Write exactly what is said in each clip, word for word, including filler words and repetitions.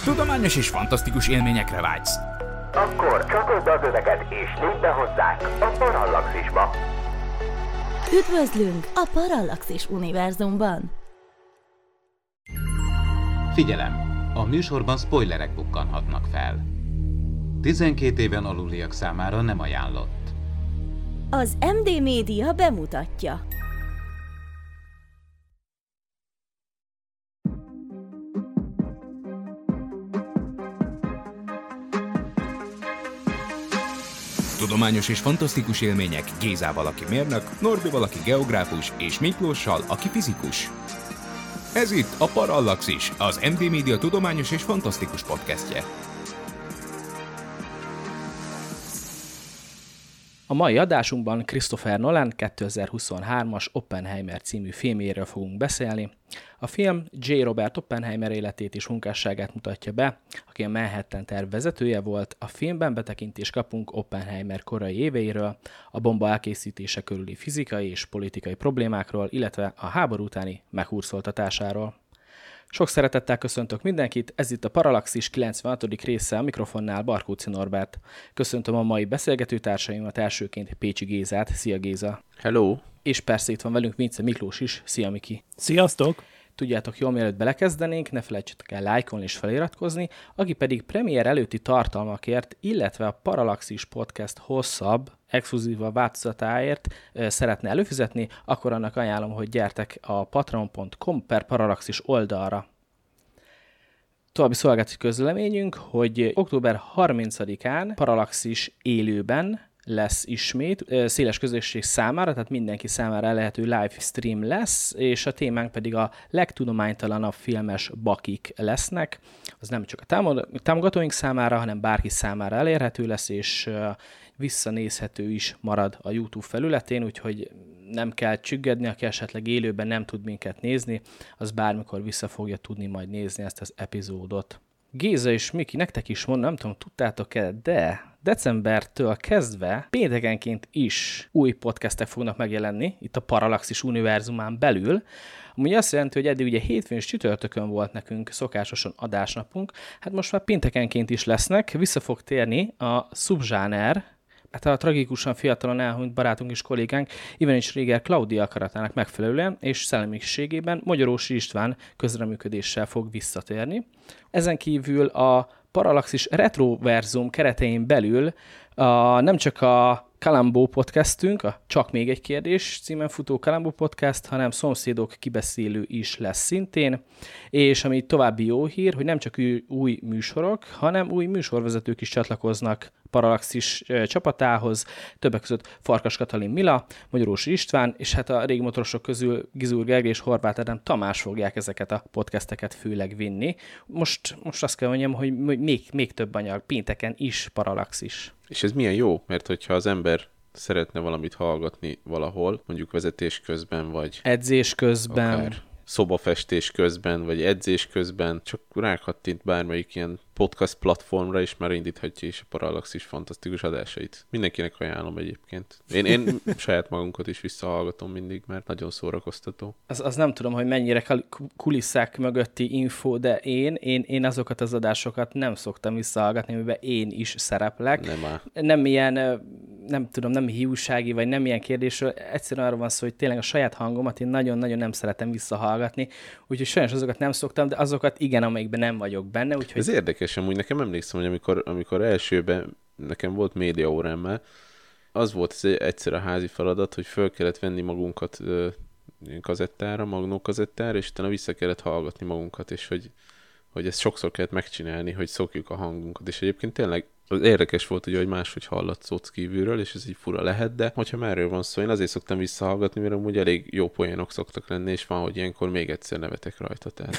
Tudományos és fantasztikus élményekre vágysz? Akkor csatold az öveket és lépj be hozzánk a Parallaxisba! Üdvözlünk a Parallaxis univerzumban! Figyelem! A műsorban spoilerek bukkanhatnak fel. tizenkét éven aluliak számára nem ajánlott. Az em dé Média bemutatja. Tudományos és fantasztikus élmények Gézával, aki mérnök, Norbival, aki geográfus, és Miklóssal, aki fizikus. Ez itt a Parallaxis, az em dé Média tudományos és fantasztikus podcastje. A mai adásunkban Christopher Nolan kétezer-huszonhármas Oppenheimer című filmjéről fogunk beszélni. A film J. Robert Oppenheimer életét és munkásságát mutatja be, aki a Manhattan terv vezetője volt. A filmben betekintést kapunk Oppenheimer korai éveiről, a bomba elkészítése körüli fizikai és politikai problémákról, illetve a háború utáni meghurcoltatásáról. Sok szeretettel köszöntök mindenkit, ez itt a Parallaxis kilencvenhatodik része, a mikrofonnál Barkóczy Norbert. Köszöntöm a mai beszélgetőtársaimat, elsőként Pécsi Gézát. Szia Géza! Hello! És persze itt van velünk Vince Miklós is. Szia Miki! Sziasztok! Tudjátok jól, mielőtt belekezdenénk, ne felejtsetek el lájkolni és feliratkozni, aki pedig premier előtti tartalmakért, illetve a Parallaxis Podcast hosszabb, exkluzívabb változatáért szeretne előfizetni, akkor annak ajánlom, hogy gyertek a patreon pont com per Parallaxis oldalra. További szolgáltatói közleményünk, hogy október harmincadikán Parallaxis élőben lesz ismét, széles közösség számára, tehát mindenki számára elérhető live stream lesz, és a témánk pedig a legtudománytalanabb filmes bakik lesznek. Az nem csak a támogatóink számára, hanem bárki számára elérhető lesz, és visszanézhető is marad a YouTube felületén, úgyhogy nem kell csüggedni, aki esetleg élőben nem tud minket nézni, az bármikor vissza fogja tudni majd nézni ezt az epizódot. Géza és Miki, nektek is mondom, nem tudom, tudtátok-e, de decembertől kezdve péntekenként is új podcastek fognak megjelenni, itt a Parallaxis univerzumán belül. Amúgy azt jelenti, hogy eddig ugye hétfőn és csütörtökön volt nekünk szokásosan adásnapunk, hát most már péntekenként is lesznek, vissza fog térni a szubzsáner, hát a tragikusan fiatalon elhunyt barátunk és kollégánk Ivanics Réger Klaudia akaratának megfelelően és szellemiségében Magyarósi István közreműködéssel fog visszatérni. Ezen kívül a Parallaxis Retroverzum keretein belül a, nem csak a Kalambó podcastünk, a Csak még egy kérdés címen futó Kalambó podcast, hanem szomszédok kibeszélő is lesz szintén, és ami további jó hír, hogy nem csak új műsorok, hanem új műsorvezetők is csatlakoznak Parallaxis csapatához, többek között Farkas Katalin Mila, Magyarósi István, és hát a régi motorosok közül Gizur Gergely és Horváth Ádám Tamás fogják ezeket a podcasteket főleg vinni. Most, most azt kell mondjam, hogy még, még több anyag, pénteken is Parallaxis. És ez milyen jó, mert hogyha az ember szeretne valamit hallgatni valahol, mondjuk vezetés közben, vagy edzés közben, akár szobafestés közben, vagy edzés közben, csak rákattint bármelyik ilyen podcast platformra, és már indíthatja is a Parallaxis fantasztikus adásait. Mindenkinek ajánlom egyébként. Én, én saját magunkat is visszahallgatom mindig, mert nagyon szórakoztató. Az, az nem tudom, hogy mennyire kulisszák mögötti info, de én, én, én azokat az adásokat nem szoktam visszahallgatni, amiben én is szereplek. Nem áll. Nem ilyen, nem tudom, nem hiúsági, vagy nem ilyen kérdésről. Egyszerűen arra van szó, hogy tényleg a saját hangomat én nagyon-nagyon nem szeretem visszahallgatni, úgyhogy sajnos azokat nem szoktam, de azokat igen, amelyikben nem vagyok benne. Úgyhogy... Ez érdekes. Amúgy nekem emlékszem, hogy amikor, amikor elsőben nekem volt média órám már, az volt ez egyszer a házi feladat, hogy föl kellett venni magunkat ö, kazettára, magnó kazettára, és utána vissza kellett hallgatni magunkat, és hogy, hogy ezt sokszor kellett megcsinálni, hogy szokjuk a hangunkat. És egyébként tényleg az érdekes volt, ugye, hogy máshogy hallatszódsz kívülről, és ez így fura lehet, de hogyha már erről van szó, én azért szoktam visszahallgatni, mert amúgy elég jó poénok szoktak lenni, és van, hogy ilyenkor még egyszer nevetek rajta. Tehát.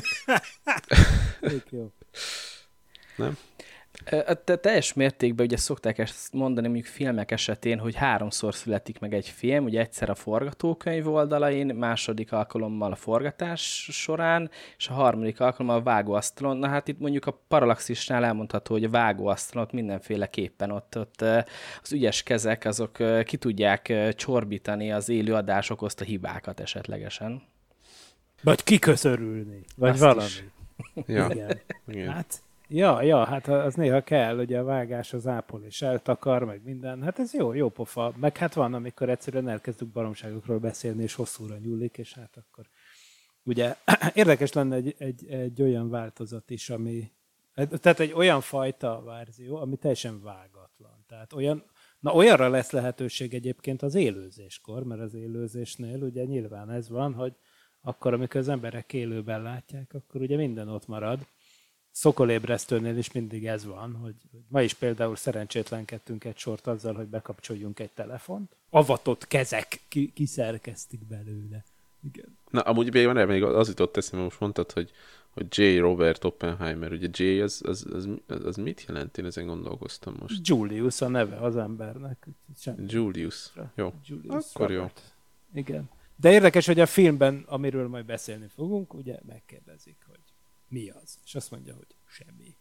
jó. Nem? Te teljes mértékben ugye szokták ezt mondani mondjuk filmek esetén, hogy háromszor születik meg egy film, ugye egyszer a forgatókönyv oldalain, második alkalommal a forgatás során, és a harmadik alkalommal a vágóasztalon. Na hát itt mondjuk a Parallaxisnál elmondható, hogy a vágóasztalon ott mindenféleképpen ott, ott az ügyes kezek, azok ki tudják csorbítani az élő adás okozta hibákat esetlegesen. Vagy kiköszörülni, vagy Azt valami. Is. Ja. Igen. Igen. Hát, ja, ja, hát az néha kell, ugye a vágás az ápol és eltakar, meg minden. Hát ez jó, jó pofa. Meg hát van, amikor egyszerűen elkezdünk baromságokról beszélni, és hosszúra nyúlik, és hát akkor ugye érdekes lenne egy, egy, egy olyan változat is, ami, tehát egy olyan fajta verzió, ami teljesen vágatlan. Tehát olyan, na olyanra lesz lehetőség egyébként az élőzéskor, mert az élőzésnél ugye nyilván ez van, hogy akkor, amikor az emberek élőben látják, akkor ugye minden ott marad. Szokolébresztőnél is mindig ez van, hogy ma is például szerencsétlenkedtünk egy sort azzal, hogy bekapcsoljunk egy telefont. Avatott kezek ki, kiszerkeztik belőle. Igen. Na, amúgy még, van, még az jutott eszembe, most mondtad, hogy, hogy J. Robert Oppenheimer, ugye J. az, az, az, az mit jelent? Én ezen gondolkoztam most. Julius a neve az embernek. Semmi. Julius. Jó. Julius Akkor Robert. Jó. Igen. De érdekes, hogy a filmben, amiről majd beszélni fogunk, ugye megkérdezik, hogy mi az. És azt mondja, hogy semmi.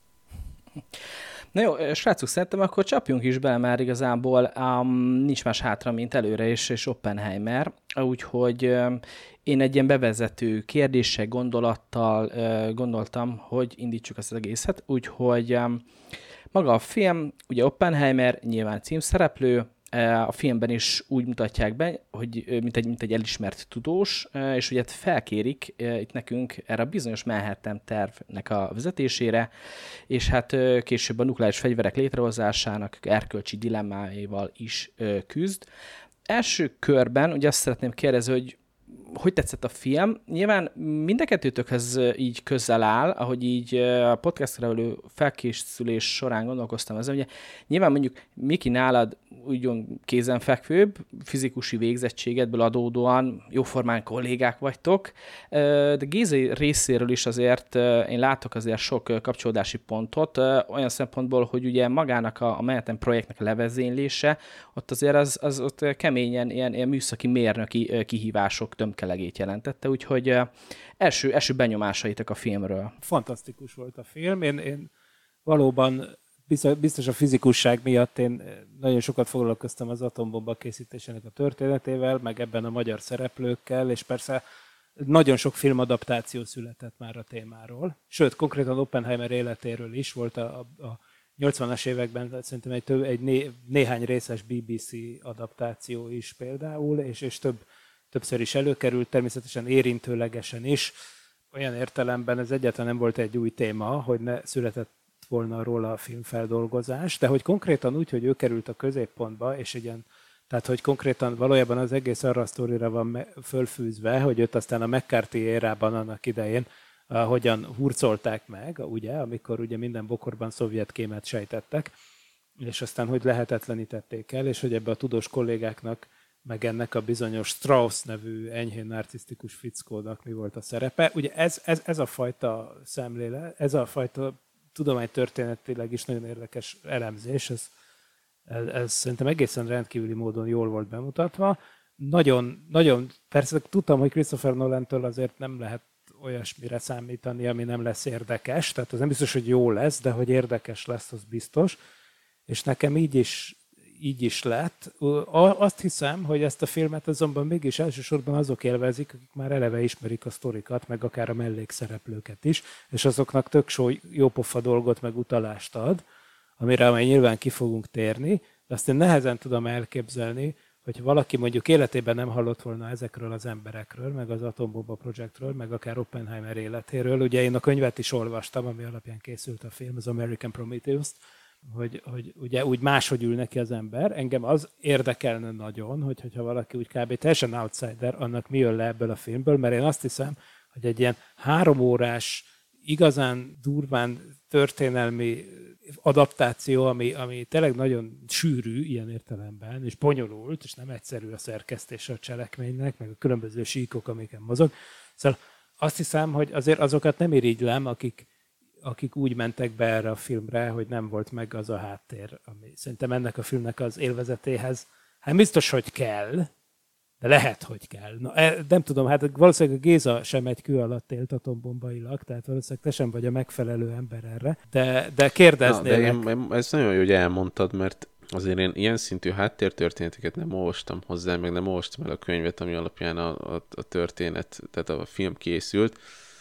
Na jó, srácok, szerintem akkor csapjunk is bele, már igazából um, nincs más hátra, mint előre, és, és Oppenheimer. Úgyhogy um, én egy ilyen bevezető kérdéssel, gondolattal uh, gondoltam, hogy indítsuk ezt az egészet. Úgyhogy um, maga a film, ugye Oppenheimer, nyilván címszereplő, a filmben is úgy mutatják be, hogy mint egy, mint egy elismert tudós, és ugye felkérik itt nekünk erre a bizonyos Manhattan tervnek a vezetésére, és hát később a nukleáris fegyverek létrehozásának erkölcsi dilemmáival is küzd. Első körben ugye azt szeretném kérdezni, hogy hogy tetszett a film? Nyilván mind a kettőtökhöz így közel áll, ahogy így a podcastra való felkészülés során gondolkoztam ezen, ugye nyilván mondjuk Miki nálad úgy kézenfekvőbb, fizikusi végzettségedből adódóan jóformán kollégák vagytok, de Géza részéről is azért én látok azért sok kapcsolódási pontot, olyan szempontból, hogy ugye magának a, a Manhattan projektnek a levezénylése, ott azért az, az ott keményen ilyen, ilyen műszaki mérnöki kihívások tömkelegét jelentette, úgyhogy első, első benyomásaitok a filmről. Fantasztikus volt a film, én, én valóban biztos a fizikusság miatt én nagyon sokat foglalkoztam az atombomba készítésének a történetével, meg ebben a magyar szereplőkkel, és persze nagyon sok filmadaptáció született már a témáról. Sőt, konkrétan Oppenheimer életéről is volt a, a, a nyolcvanas években szerintem egy, több, egy né, néhány részes bé bé cé adaptáció is például, és, és több, többször is előkerült, természetesen érintőlegesen is. Olyan értelemben ez egyáltalán nem volt egy új téma, hogy ne született volna róla a filmfeldolgozás, de hogy konkrétan úgy, hogy ő került a középpontba, és ilyen, tehát hogy konkrétan valójában az egész arra a sztorira van fölfűzve, hogy őt aztán a McCarthy érában annak idején uh, hogyan hurcolták meg, ugye, amikor ugye minden bokorban szovjet kémet sejtettek, és aztán hogy lehetetlenítették el, és hogy ebbe a tudós kollégáknak, meg ennek a bizonyos Strauss nevű enyhén narcisztikus fickónak mi volt a szerepe. Ugye ez, ez, ez a fajta szemlélet, ez a fajta tudománytörténetileg is nagyon érdekes elemzés, ez, ez, ez szerintem egészen rendkívüli módon jól volt bemutatva. Nagyon, nagyon, persze tudtam, hogy Christopher Nolantől azért nem lehet olyasmire számítani, ami nem lesz érdekes, tehát az nem biztos, hogy jó lesz, de hogy érdekes lesz, az biztos. És nekem így is, így is lett. Azt hiszem, hogy ezt a filmet azonban mégis elsősorban azok élvezik, akik már eleve ismerik a sztorikat, meg akár a mellékszereplőket is, és azoknak tök so jópofa dolgot meg utalást ad, amire amely nyilván ki fogunk térni, de azt én nehezen tudom elképzelni, hogy valaki mondjuk életében nem hallott volna ezekről az emberekről, meg az Atombomba Projectről, meg akár Oppenheimer életéről. Ugye én a könyvet is olvastam, ami alapján készült a film, az American Prometheus-t, hogy, hogy ugye úgy máshogy ül neki az ember. Engem az érdekelne nagyon, hogy, hogyha valaki úgy kb. Teljesen outsider, annak mi jön le ebből a filmből, mert én azt hiszem, hogy egy ilyen három órás, igazán durván történelmi adaptáció, ami, ami tényleg nagyon sűrű ilyen értelemben, és bonyolult, és nem egyszerű a szerkesztése a cselekménynek, meg a különböző síkok, amiken mozog. Szóval azt hiszem, hogy azért azokat nem irigylem, akik akik úgy mentek be erre a filmre, hogy nem volt meg az a háttér, ami szerintem ennek a filmnek az élvezetéhez, hát biztos, hogy kell, de lehet, hogy kell. Na, nem tudom, hát valószínűleg a Géza sem egy kő alatt élt atombombailag, tehát valószínűleg te sem vagy a megfelelő ember erre, de, de kérdeznélek. Na, de én, ez nagyon jó, hogy elmondtad, mert azért én ilyen szintű háttértörténeteket nem olvastam hozzá, meg nem olvastam el a könyvet, ami alapján a, a, a történet, tehát a film készült,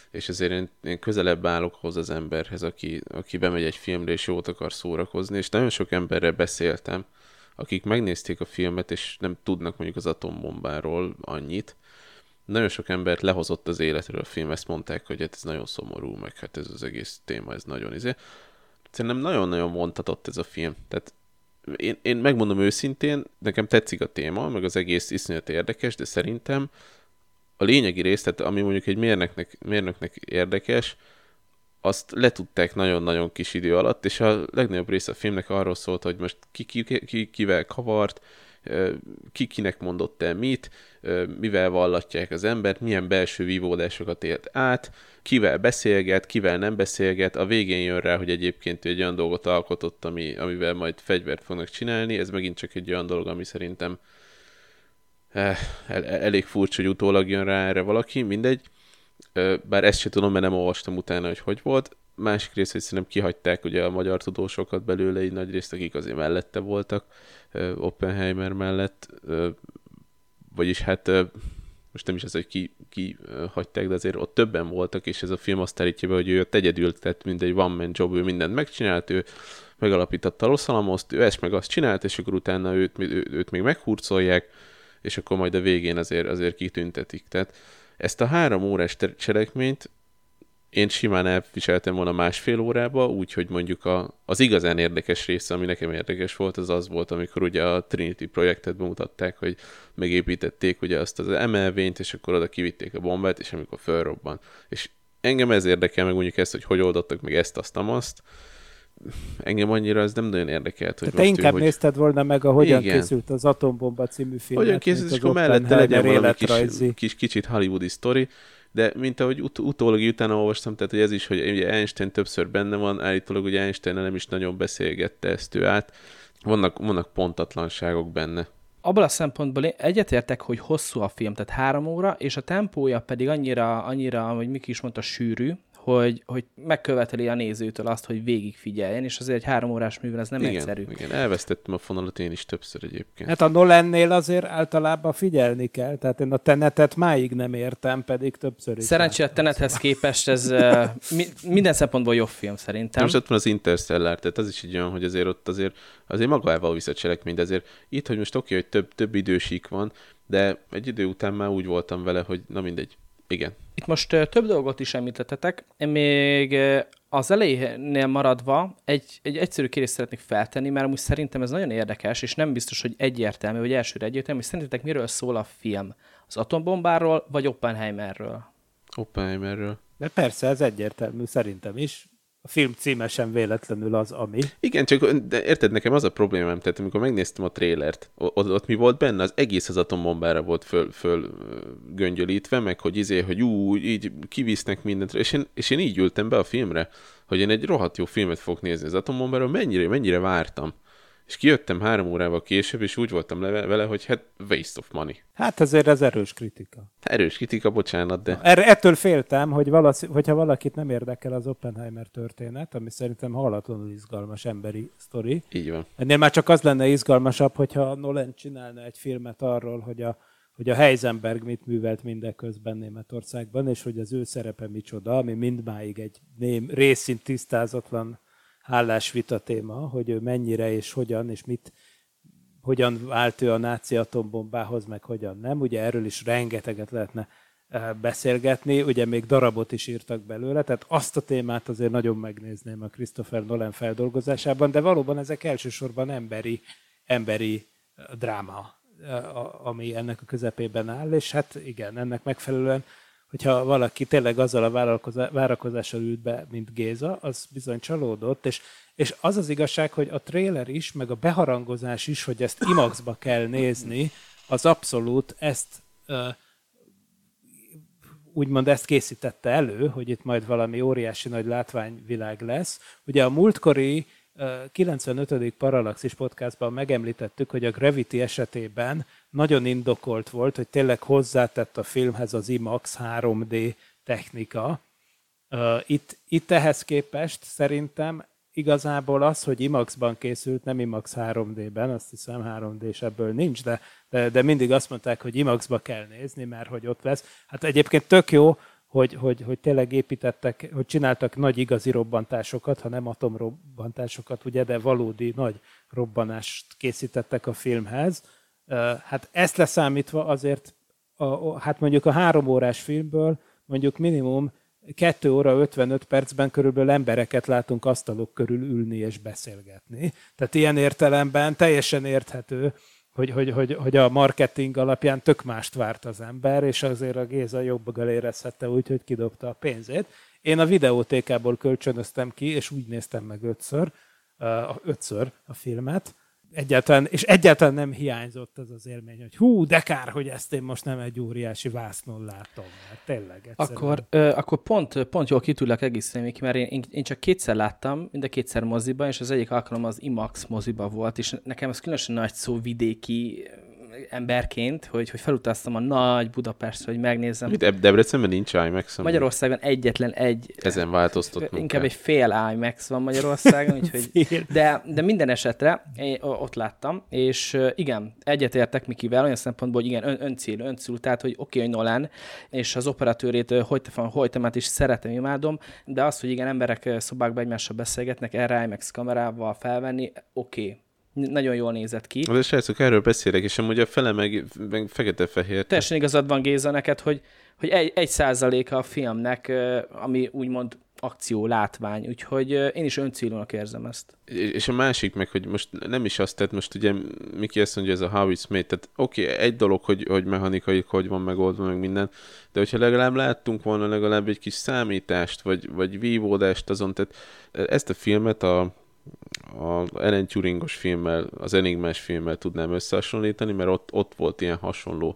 és ezért én, én közelebb állok hozzá az emberhez, aki, aki bemegy egy filmre, és jót akar szórakozni, és nagyon sok emberrel beszéltem, akik megnézték a filmet, és nem tudnak mondjuk az atombombáról annyit. Nagyon sok embert lehozott az életről a film, ezt mondták, hogy hát ez nagyon szomorú, meg hát ez az egész téma, ez nagyon izé. Szerintem nagyon-nagyon vontatott ez a film. Tehát én, én megmondom őszintén, nekem tetszik a téma, meg az egész iszonyat érdekes, de szerintem a lényegi rész, tehát ami mondjuk egy mérnöknek, mérnöknek érdekes, azt letudták nagyon-nagyon kis idő alatt, és a legnagyobb része a filmnek arról szólt, hogy most ki, ki, ki kivel kavart, ki kinek mondott el mit, mivel vallatják az embert, milyen belső vívódásokat élt át, kivel beszélget, kivel nem beszélget, a végén jön rá, hogy egyébként egy olyan dolgot alkotott, ami, amivel majd fegyvert fognak csinálni, ez megint csak egy olyan dolog, ami szerintem el, el, elég furcsa, hogy utólag jön rá erre valaki, mindegy. Bár ezt sem tudom, mert nem olvastam utána, hogy hogy volt. Másik rész, hogy szerintem kihagyták ugye a magyar tudósokat belőle, így nagy részt, akik azért mellette voltak, Oppenheimer mellett, vagyis hát most nem is az, hogy ki, ki hagyták, de azért ott többen voltak, és ez a film azt állítja be, hogy ő ott egyedül, tehát mindegy one-man job, ő mindent megcsinált, ő megalapította Los Alamost, ő ezt meg azt csinált, és akkor utána őt, őt még meghurcolják, és akkor majd a végén azért, azért kitüntetik. Tehát ezt a három órás cselekményt én simán elviseltem volna másfél órába, úgyhogy mondjuk a, az igazán érdekes része, ami nekem érdekes volt, az az volt, amikor ugye a Trinity projektet bemutatták, hogy megépítették ugye azt az emelvényt, és akkor oda kivitték a bombát, és amikor felrobban. És engem ez érdekel, meg mondjuk ezt, hogy hogy oldottak meg ezt, azt, azt. Engem annyira ez nem nagyon érdekelt. Hogy te inkább ő, hogy... nézted volna meg a Hogyan igen. készült az Atombomba című filmet. Hogyan készült, és akkor mellette legyen valami kis, kis, kicsit hollywoodi sztori. De mint ahogy ut- utólag utána olvastam, tehát hogy ez is, hogy ugye Einstein többször benne van, állítólag ugye Einstein nem is nagyon beszélgette ezt ő át. Vannak, vannak pontatlanságok benne. Abban a szempontból egyetértek, hogy hosszú a film, tehát három óra, és a tempója pedig annyira, annyira, hogy Miki is mondta, sűrű, hogy, hogy megköveteli a nézőtől azt, hogy végig figyeljen, és azért egy három órás művel ez nem igen, egyszerű. Igen, elvesztettem a fonalat én is többször egyébként. Hát a Nolannél azért általában figyelni kell, tehát én a Tenetet máig nem értem, pedig többször is. Szerencsére a Tenethez képest ez uh, mi, minden szempontból jobb film szerintem. Most ott van az Interstellar, tehát az is egy olyan, hogy azért ott azért, azért magával visz a cselekmény, de azért itt, hogy most oké, hogy több, több idősík van, de egy idő után már úgy voltam vele, hogy na mindegy. Igen. Itt most uh, több dolgot is említettetek. Én még uh, az elejénél maradva egy, egy egyszerű kérdést szeretnék feltenni, mert amúgy szerintem ez nagyon érdekes, és nem biztos, hogy egyértelmű, vagy elsőre egyértelmű, hogy szerintetek miről szól a film? Az atombombáról, vagy Oppenheimerről? Oppenheimerről. De persze, ez egyértelmű, szerintem is. A film címe sem véletlenül az, ami. Igen, csak de érted, nekem az a problémám, tehát amikor megnéztem a trélert, ott, ott mi volt benne? Az egész az atombombára volt föl, föl göngyölítve, meg hogy izé, hogy ú, így kivisznek mindent, és én, és én így ültem be a filmre, hogy én egy rohadt jó filmet fogok nézni az atombombáról, mennyire, mennyire vártam. És kijöttem három órával később, és úgy voltam vele, hogy hát waste of money. Hát azért ez erős kritika. Erős kritika, bocsánat, de... Er, ettől féltem, hogy valasz, hogyha valakit nem érdekel az Oppenheimer történet, ami szerintem hallatlanul izgalmas emberi sztori. Így van. Ennél már csak az lenne izgalmasabb, hogyha Nolan csinálna egy filmet arról, hogy a, hogy a Heisenberg mit művelt mindeközben Németországban, és hogy az ő szerepe micsoda, ami mindmáig egy ném, részint tisztázatlan állásvita téma, hogy ő mennyire és hogyan és mit, hogyan vált ő a náci atombombához, meg hogyan nem. Ugye erről is rengeteget lehetne beszélgetni, ugye még darabot is írtak belőle, tehát azt a témát azért nagyon megnézném a Christopher Nolan feldolgozásában, de valóban ezek elsősorban emberi, emberi dráma, ami ennek a közepében áll, és hát igen, ennek megfelelően hogyha valaki tényleg azzal a várakozással ült be, mint Géza, az bizony csalódott, és, és az az igazság, hogy a trailer is, meg a beharangozás is, hogy ezt IMAX-ba kell nézni, az abszolút ezt uh, úgymond ezt készítette elő, hogy itt majd valami óriási nagy látványvilág lesz. Ugye a múltkori uh, kilencvenötödik Parallaxis podcastban megemlítettük, hogy a Gravity esetében nagyon indokolt volt, hogy tényleg hozzátett a filmhez az IMAX három dé technika. Uh, itt, itt ehhez képest szerintem igazából az, hogy IMAX-ban készült, nem IMAX három dében, azt hiszem három dés ebből nincs, de, de, de mindig azt mondták, hogy IMAX-ba kell nézni, mert hogy ott lesz. Hát egyébként tök jó, hogy, hogy, hogy tényleg építettek, hogy csináltak nagy igazi robbantásokat, ha nem atomrobbantásokat, ugye, de valódi nagy robbanást készítettek a filmhez. Hát ezt leszámítva azért, a, hát mondjuk a három órás filmből mondjuk minimum kettő óra ötvenöt percben körülbelül embereket látunk asztalok körül ülni és beszélgetni. Tehát ilyen értelemben teljesen érthető, hogy, hogy, hogy, hogy a marketing alapján tök mást várt az ember, és azért a Géza jobban érezhette úgy, hogy kidobta a pénzét. Én a videótékából kölcsönöztem ki, és úgy néztem meg ötször, uh, ötször a filmet, Egyáltalán, és egyáltalán nem hiányzott az az élmény, hogy hú, de kár, hogy ezt én most nem egy óriási vásznon látom. Mert tényleg egyszerűen. Akkor, ö, akkor pont, pont jól ki tudlak egészíteni, mert én, én csak kétszer láttam, mind a kétszer moziban, és az egyik alkalom az IMAX moziba volt, és nekem ez különösen nagy szó vidéki emberként, hogy, hogy felutaztam a nagy Budapestre, hogy megnézzem. De- Debrecenben nincs IMAX. Magyarországon egyetlen egy... Ezen változtatnunk Inkább kell. egy fél IMAX van Magyarországon, úgyhogy... de, de minden esetre én ott láttam, és igen, egyetértek Mikivel, olyan szempontból, hogy igen, ön, öncélű, öncélű, tehát, hogy oké, okay, hogy Nolan, és az operatőrét, Hoytemát is szeretem, imádom, de az, hogy igen, emberek szobákban egymással beszélgetnek, erre IMAX kamerával felvenni, oké. Okay. Nagyon jól nézett ki. De srácok, erről beszélek, és amúgy a fele meg, meg fekete-fehér. Teljesen igazad van, Géza, neked, hogy, hogy egy, egy százaléka a filmnek, ami úgymond akció, látvány, úgyhogy én is öncélúnak érzem ezt. És a másik meg, hogy most nem is azt tett, most ugye Miki azt mondja, ez a how it's made, tehát oké, okay, egy dolog, hogy, hogy mechanikai, hogy van megoldva, meg minden, de hogyha legalább láttunk volna legalább egy kis számítást, vagy, vagy vívódást azon, tehát ezt a filmet a a Alan Turingos filmmel, az Enigmás filmmel tudnám összehasonlítani, mert ott, ott volt ilyen hasonló,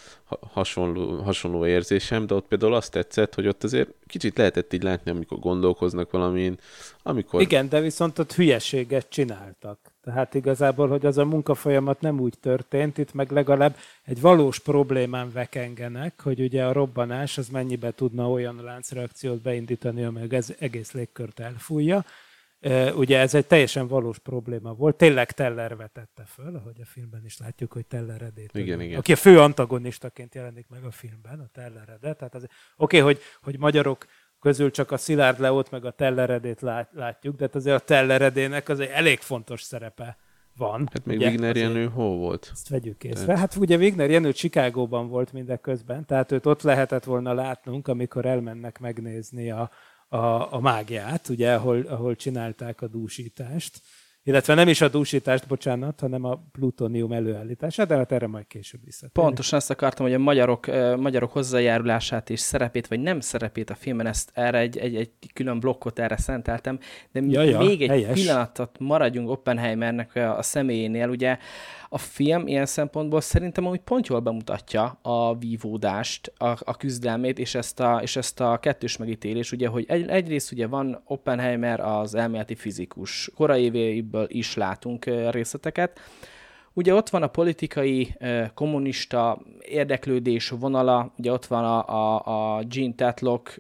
hasonló, hasonló érzésem, de ott például azt tetszett, hogy ott azért kicsit lehetett így látni, amikor gondolkoznak valamin, amikor... Igen, de viszont ott hülyeséget csináltak. Tehát igazából, hogy az a munkafolyamat nem úgy történt, itt meg legalább egy valós problémán vekengenek, hogy ugye a robbanás az mennyibe tudna olyan láncreakciót beindítani, amely az egész légkört elfújja. Uh, ugye ez egy teljesen valós probléma volt. Tényleg Teller vetette föl, ahogy a filmben is látjuk, hogy Teller Edét. Igen, igen. Aki a fő antagonistaként jelenik meg a filmben, a Teller Ede. Tehát oké, okay, hogy, hogy magyarok közül csak a Szilárd Leót meg a Teller Edét lát, látjuk, de hát azért a Teller Edének az egy elég fontos szerepe van. Hát még ugye, Wigner Jenő hol volt? Ezt vegyük észre. Tehát... Hát ugye Wigner Jenő Chicagóban volt mindeközben, tehát őt ott lehetett volna látnunk, amikor elmennek megnézni a A, a mágiát, ugye, ahol, ahol csinálták a dúsítást, illetve nem is a dúsítást, bocsánat, hanem a plutónium előállítását, de hát erre majd később visszatérünk. Pontosan ezt akartam, hogy a magyarok, magyarok hozzájárulását és szerepét, vagy nem szerepét a filmben, ezt erre egy, egy, egy külön blokkot erre szenteltem, de ja, ja, még egy helyes. Pillanatot maradjunk Oppenheimernek a, a személyénél, ugye a film ilyen szempontból szerintem amúgy pont jól bemutatja a vívódást, a, a küzdelmét, és ezt a, és ezt a kettős megítélés, ugye, hogy egy, egyrészt ugye van Oppenheimer az elméleti fizikus, korai évéből is látunk részleteket, ugye ott van a politikai, kommunista érdeklődés vonala, ugye ott van a, a, a Jean Tatlock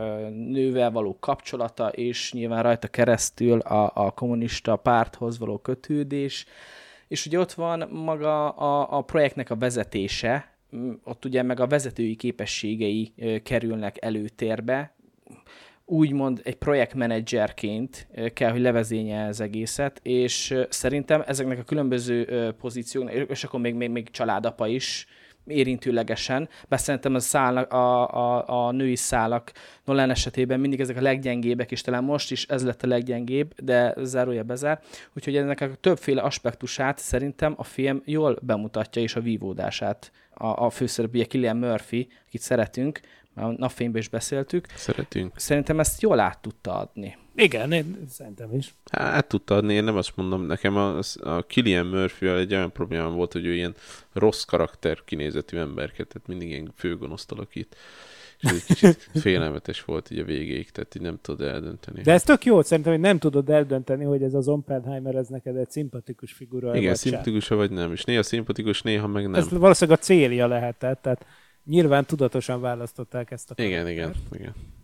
nővel való kapcsolata, és nyilván rajta keresztül a, a kommunista párthoz való kötődés, és ugye ott van maga a, a projektnek a vezetése, ott ugye meg a vezetői képességei kerülnek előtérbe, úgymond egy projektmenedzserként kell, hogy levezényelje az egészet, és szerintem ezeknek a különböző pozícióknak, és akkor még, még, még családapa is érintőlegesen, bár szerintem a, szálnak, a, a, a női szálak Nolan esetében mindig ezek a leggyengébbek, és talán most is ez lett a leggyengébb, de zárója bezár. Úgyhogy ennek a többféle aspektusát szerintem a film jól bemutatja, és a vívódását. A, a főszereplő, ugye Cillian Murphy, akit szeretünk, már a Napfényben is beszéltük. Szeretünk. Szerintem ezt jól át tudta adni. Igen, én szerintem is. Hát tudta adni, én nem azt mondom, nekem a, a Cillian Murphy-vel egy olyan problémám volt, hogy ő ilyen rossz karakter kinézetű emberket, tehát mindig ilyen főgonoszt alakít. És ez egy kicsit félelmetes volt így a végéig, tehát így nem tudod eldönteni. De ez tök jó, szerintem, hogy nem tudod eldönteni, hogy ez az Oppenheimer, ez neked egy szimpatikus figura. Igen, szimpatikus vagy nem, és néha szimpatikus, néha meg nem. Ez valószínűleg a célja lehetett, tehát nyilván tudatosan választották ezt a karaktert. Igen, igen, igen.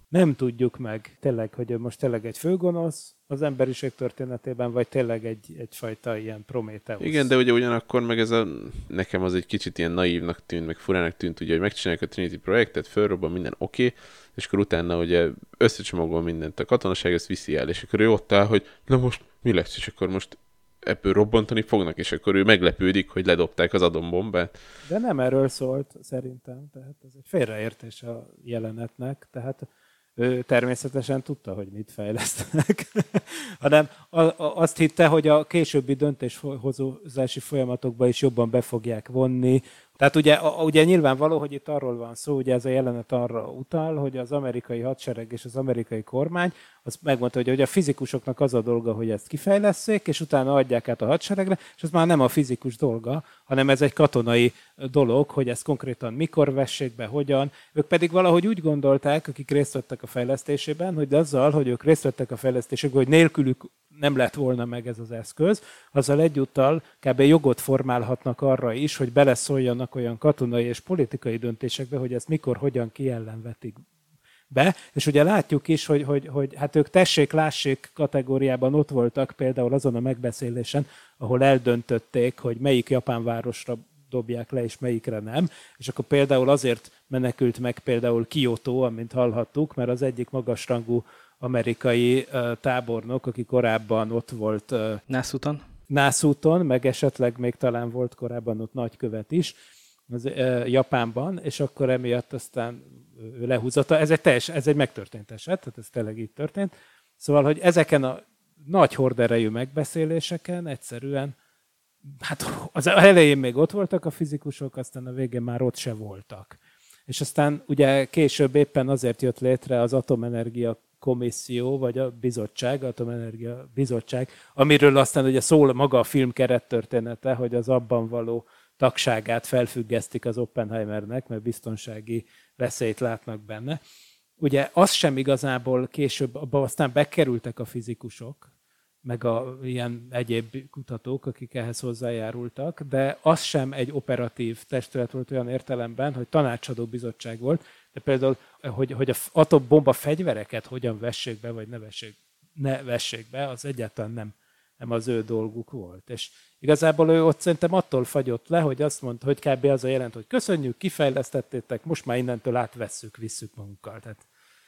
nem tudjuk meg tényleg, hogy ő most tényleg egy főgonosz az emberiség történetében, vagy tényleg egy, egyfajta ilyen Prométheusz. Igen, de ugye ugyanakkor meg ez a, nekem az egy kicsit ilyen naívnak tűnt, meg furának tűnt, ugye, hogy megcsinálják a Trinity projektet, fölrobban minden oké, okay, és akkor utána ugye összecsomagol mindent, a katonaság ezt viszi el, és akkor ő ott áll, hogy na most mi lesz, és akkor most ebből robbantani fognak, és akkor ő meglepődik, hogy ledobták az atombombát. De nem erről szólt szerintem, tehát ez egy félreértés a jelenetnek, tehát ő természetesen tudta, hogy mit fejlesztenek, hanem azt hitte, hogy a későbbi döntéshozási folyamatokba is jobban be fogják vonni. Tehát ugye, ugye nyilvánvaló, hogy itt arról van szó, ugye ez a jelenet arra utal, hogy az amerikai hadsereg és az amerikai kormány az megmondta, hogy, hogy a fizikusoknak az a dolga, hogy ezt kifejlesszék, és utána adják át a hadseregre, és ez már nem a fizikus dolga, hanem ez egy katonai dolog, hogy ezt konkrétan mikor vessék be, hogyan. Ők pedig valahogy úgy gondolták, akik részt vettek a fejlesztésében, hogy azzal, hogy ők részt vettek a fejlesztésében, hogy nélkülük nem lett volna meg ez az eszköz, azzal egyúttal kb. Jogot formálhatnak arra is, hogy beleszóljanak olyan katonai és politikai döntésekbe, hogy ezt mikor, hogyan, ki ellen vetik be. És ugye látjuk is, hogy, hogy, hogy hát ők tessék-lássék kategóriában ott voltak például azon a megbeszélésen, ahol eldöntötték, hogy melyik japán városra dobják le, és melyikre nem. És akkor például azért menekült meg például Kyoto, amint hallhattuk, mert az egyik magasrangú amerikai uh, tábornok, aki korábban ott volt uh, Nászúton. Nászúton, meg esetleg még talán volt korábban ott nagykövet is, az, uh, Japánban, és akkor emiatt aztán ő lehúzotta. Ez egy, teljes, ez egy megtörtént eset, tehát ez tényleg így történt. Szóval, hogy ezeken a nagy horderejű megbeszéléseken egyszerűen, hát az elején még ott voltak a fizikusok, aztán a végén már ott se voltak. És aztán ugye később éppen azért jött létre az atomenergia komisszió, vagy a bizottság, Atomenergia Bizottság, amiről aztán ugye szól maga a film kerettörténete, hogy az abban való tagságát felfüggesztik az Oppenheimernek, mert biztonsági veszélyt látnak benne. Ugye az sem igazából később, abban aztán bekerültek a fizikusok, meg a ilyen egyéb kutatók, akik ehhez hozzájárultak, de az sem egy operatív testület volt olyan értelemben, hogy tanácsadó bizottság volt, de például, hogy, hogy az atombomba fegyvereket hogyan vessék be, vagy ne vessék, ne vessék be, az egyáltalán nem, nem az ő dolguk volt. És igazából ő ott szerintem attól fagyott le, hogy azt mondta, hogy kb. Az a jelent, hogy köszönjük, kifejlesztettétek, most már innentől átvesszük, visszük magunkkal. Tehát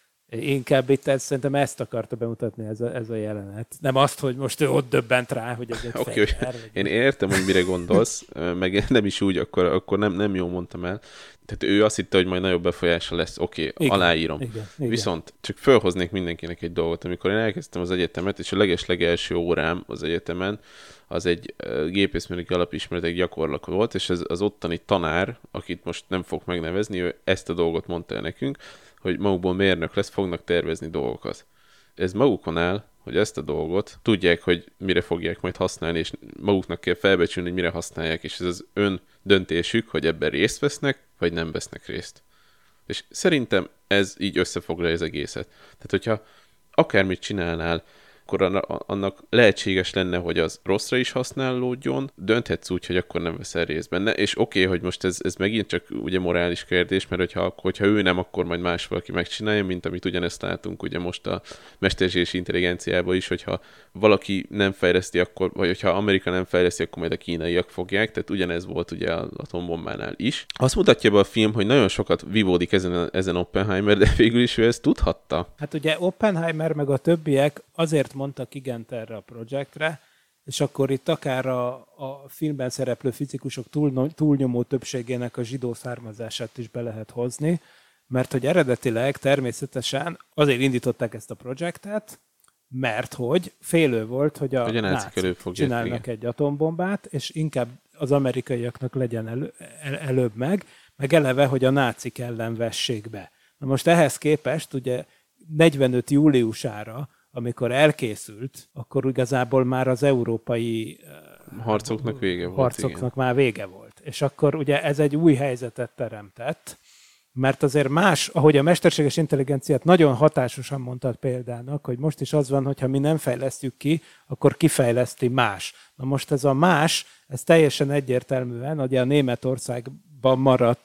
inkább itt ez, szerintem ezt akarta bemutatni ez a, ez a jelenet. Nem azt, hogy most ő ott döbbent rá, hogy ez egy okay, fegyver. Én értem, hogy mire gondolsz, meg nem is úgy, akkor, akkor nem, nem jól mondtam el. Tehát ő azt hitte, hogy majd nagyobb befolyása lesz, oké, okay, aláírom. Igen, igen. Viszont csak fölhoznék mindenkinek egy dolgot. Amikor én elkezdtem az egyetemet, és a leges-legelső órám az egyetemen, az egy gépészmérnöki alapismeretek gyakorlat volt, és ez az ottani tanár, akit most nem fog megnevezni, ő ezt a dolgot mondta el nekünk, hogy magukból mérnök lesz, fognak tervezni dolgokat. Ez magukon áll, hogy ezt a dolgot tudják, hogy mire fogják majd használni, és maguknak kell felbecsülni, hogy mire használják, és ez az ön döntésük, hogy ebben részt vesznek, vagy nem vesznek részt. És szerintem ez így összefoglalja az egészet. Tehát, hogyha akármit csinálnál, akkor annak lehetséges lenne, hogy az rosszra is használódjon, dönthetsz úgy, hogy akkor nem veszel részt benne, és oké, okay, hogy most ez, ez megint csak ugye morális kérdés, mert hogyha, hogyha ő nem, akkor majd más valaki megcsinálja, mint amit ugyanezt látunk ugye most a mesterséges intelligenciában is, hogyha valaki nem fejleszti, akkor, vagy hogyha Amerika nem fejleszti, akkor majd a kínaiak fogják, tehát ugyanez volt ugye az atombombánál is. Azt mutatja be a film, hogy nagyon sokat vívódik ezen, ezen Oppenheimer, de végül is ő ezt tudhatta. Hát ugye Oppenheimer meg a többiek azért mondtak igent erre a projektre, és akkor itt akár a, a filmben szereplő fizikusok túl, túlnyomó többségének a zsidó származását is be lehet hozni, mert hogy eredetileg természetesen azért indították ezt a projektet, mert hogy félő volt, hogy a, hogy a nácik csinálnak igen. egy atombombát, és inkább az amerikaiaknak legyen elő, el, előbb meg, meg eleve, hogy a nácik ellen vessék be. Na most ehhez képest ugye negyvenöt júliusára, amikor elkészült, akkor igazából már az európai harcoknak vége volt. Harcoknak igen. már vége volt. És akkor ugye ez egy új helyzetet teremtett, mert azért más, ahogy a mesterséges intelligenciát nagyon hatásosan mondtad példának, hogy most is az van, hogyha mi nem fejlesztjük ki, akkor kifejleszti más. Na most ez a más, ez teljesen egyértelműen, ugye a Németországban maradt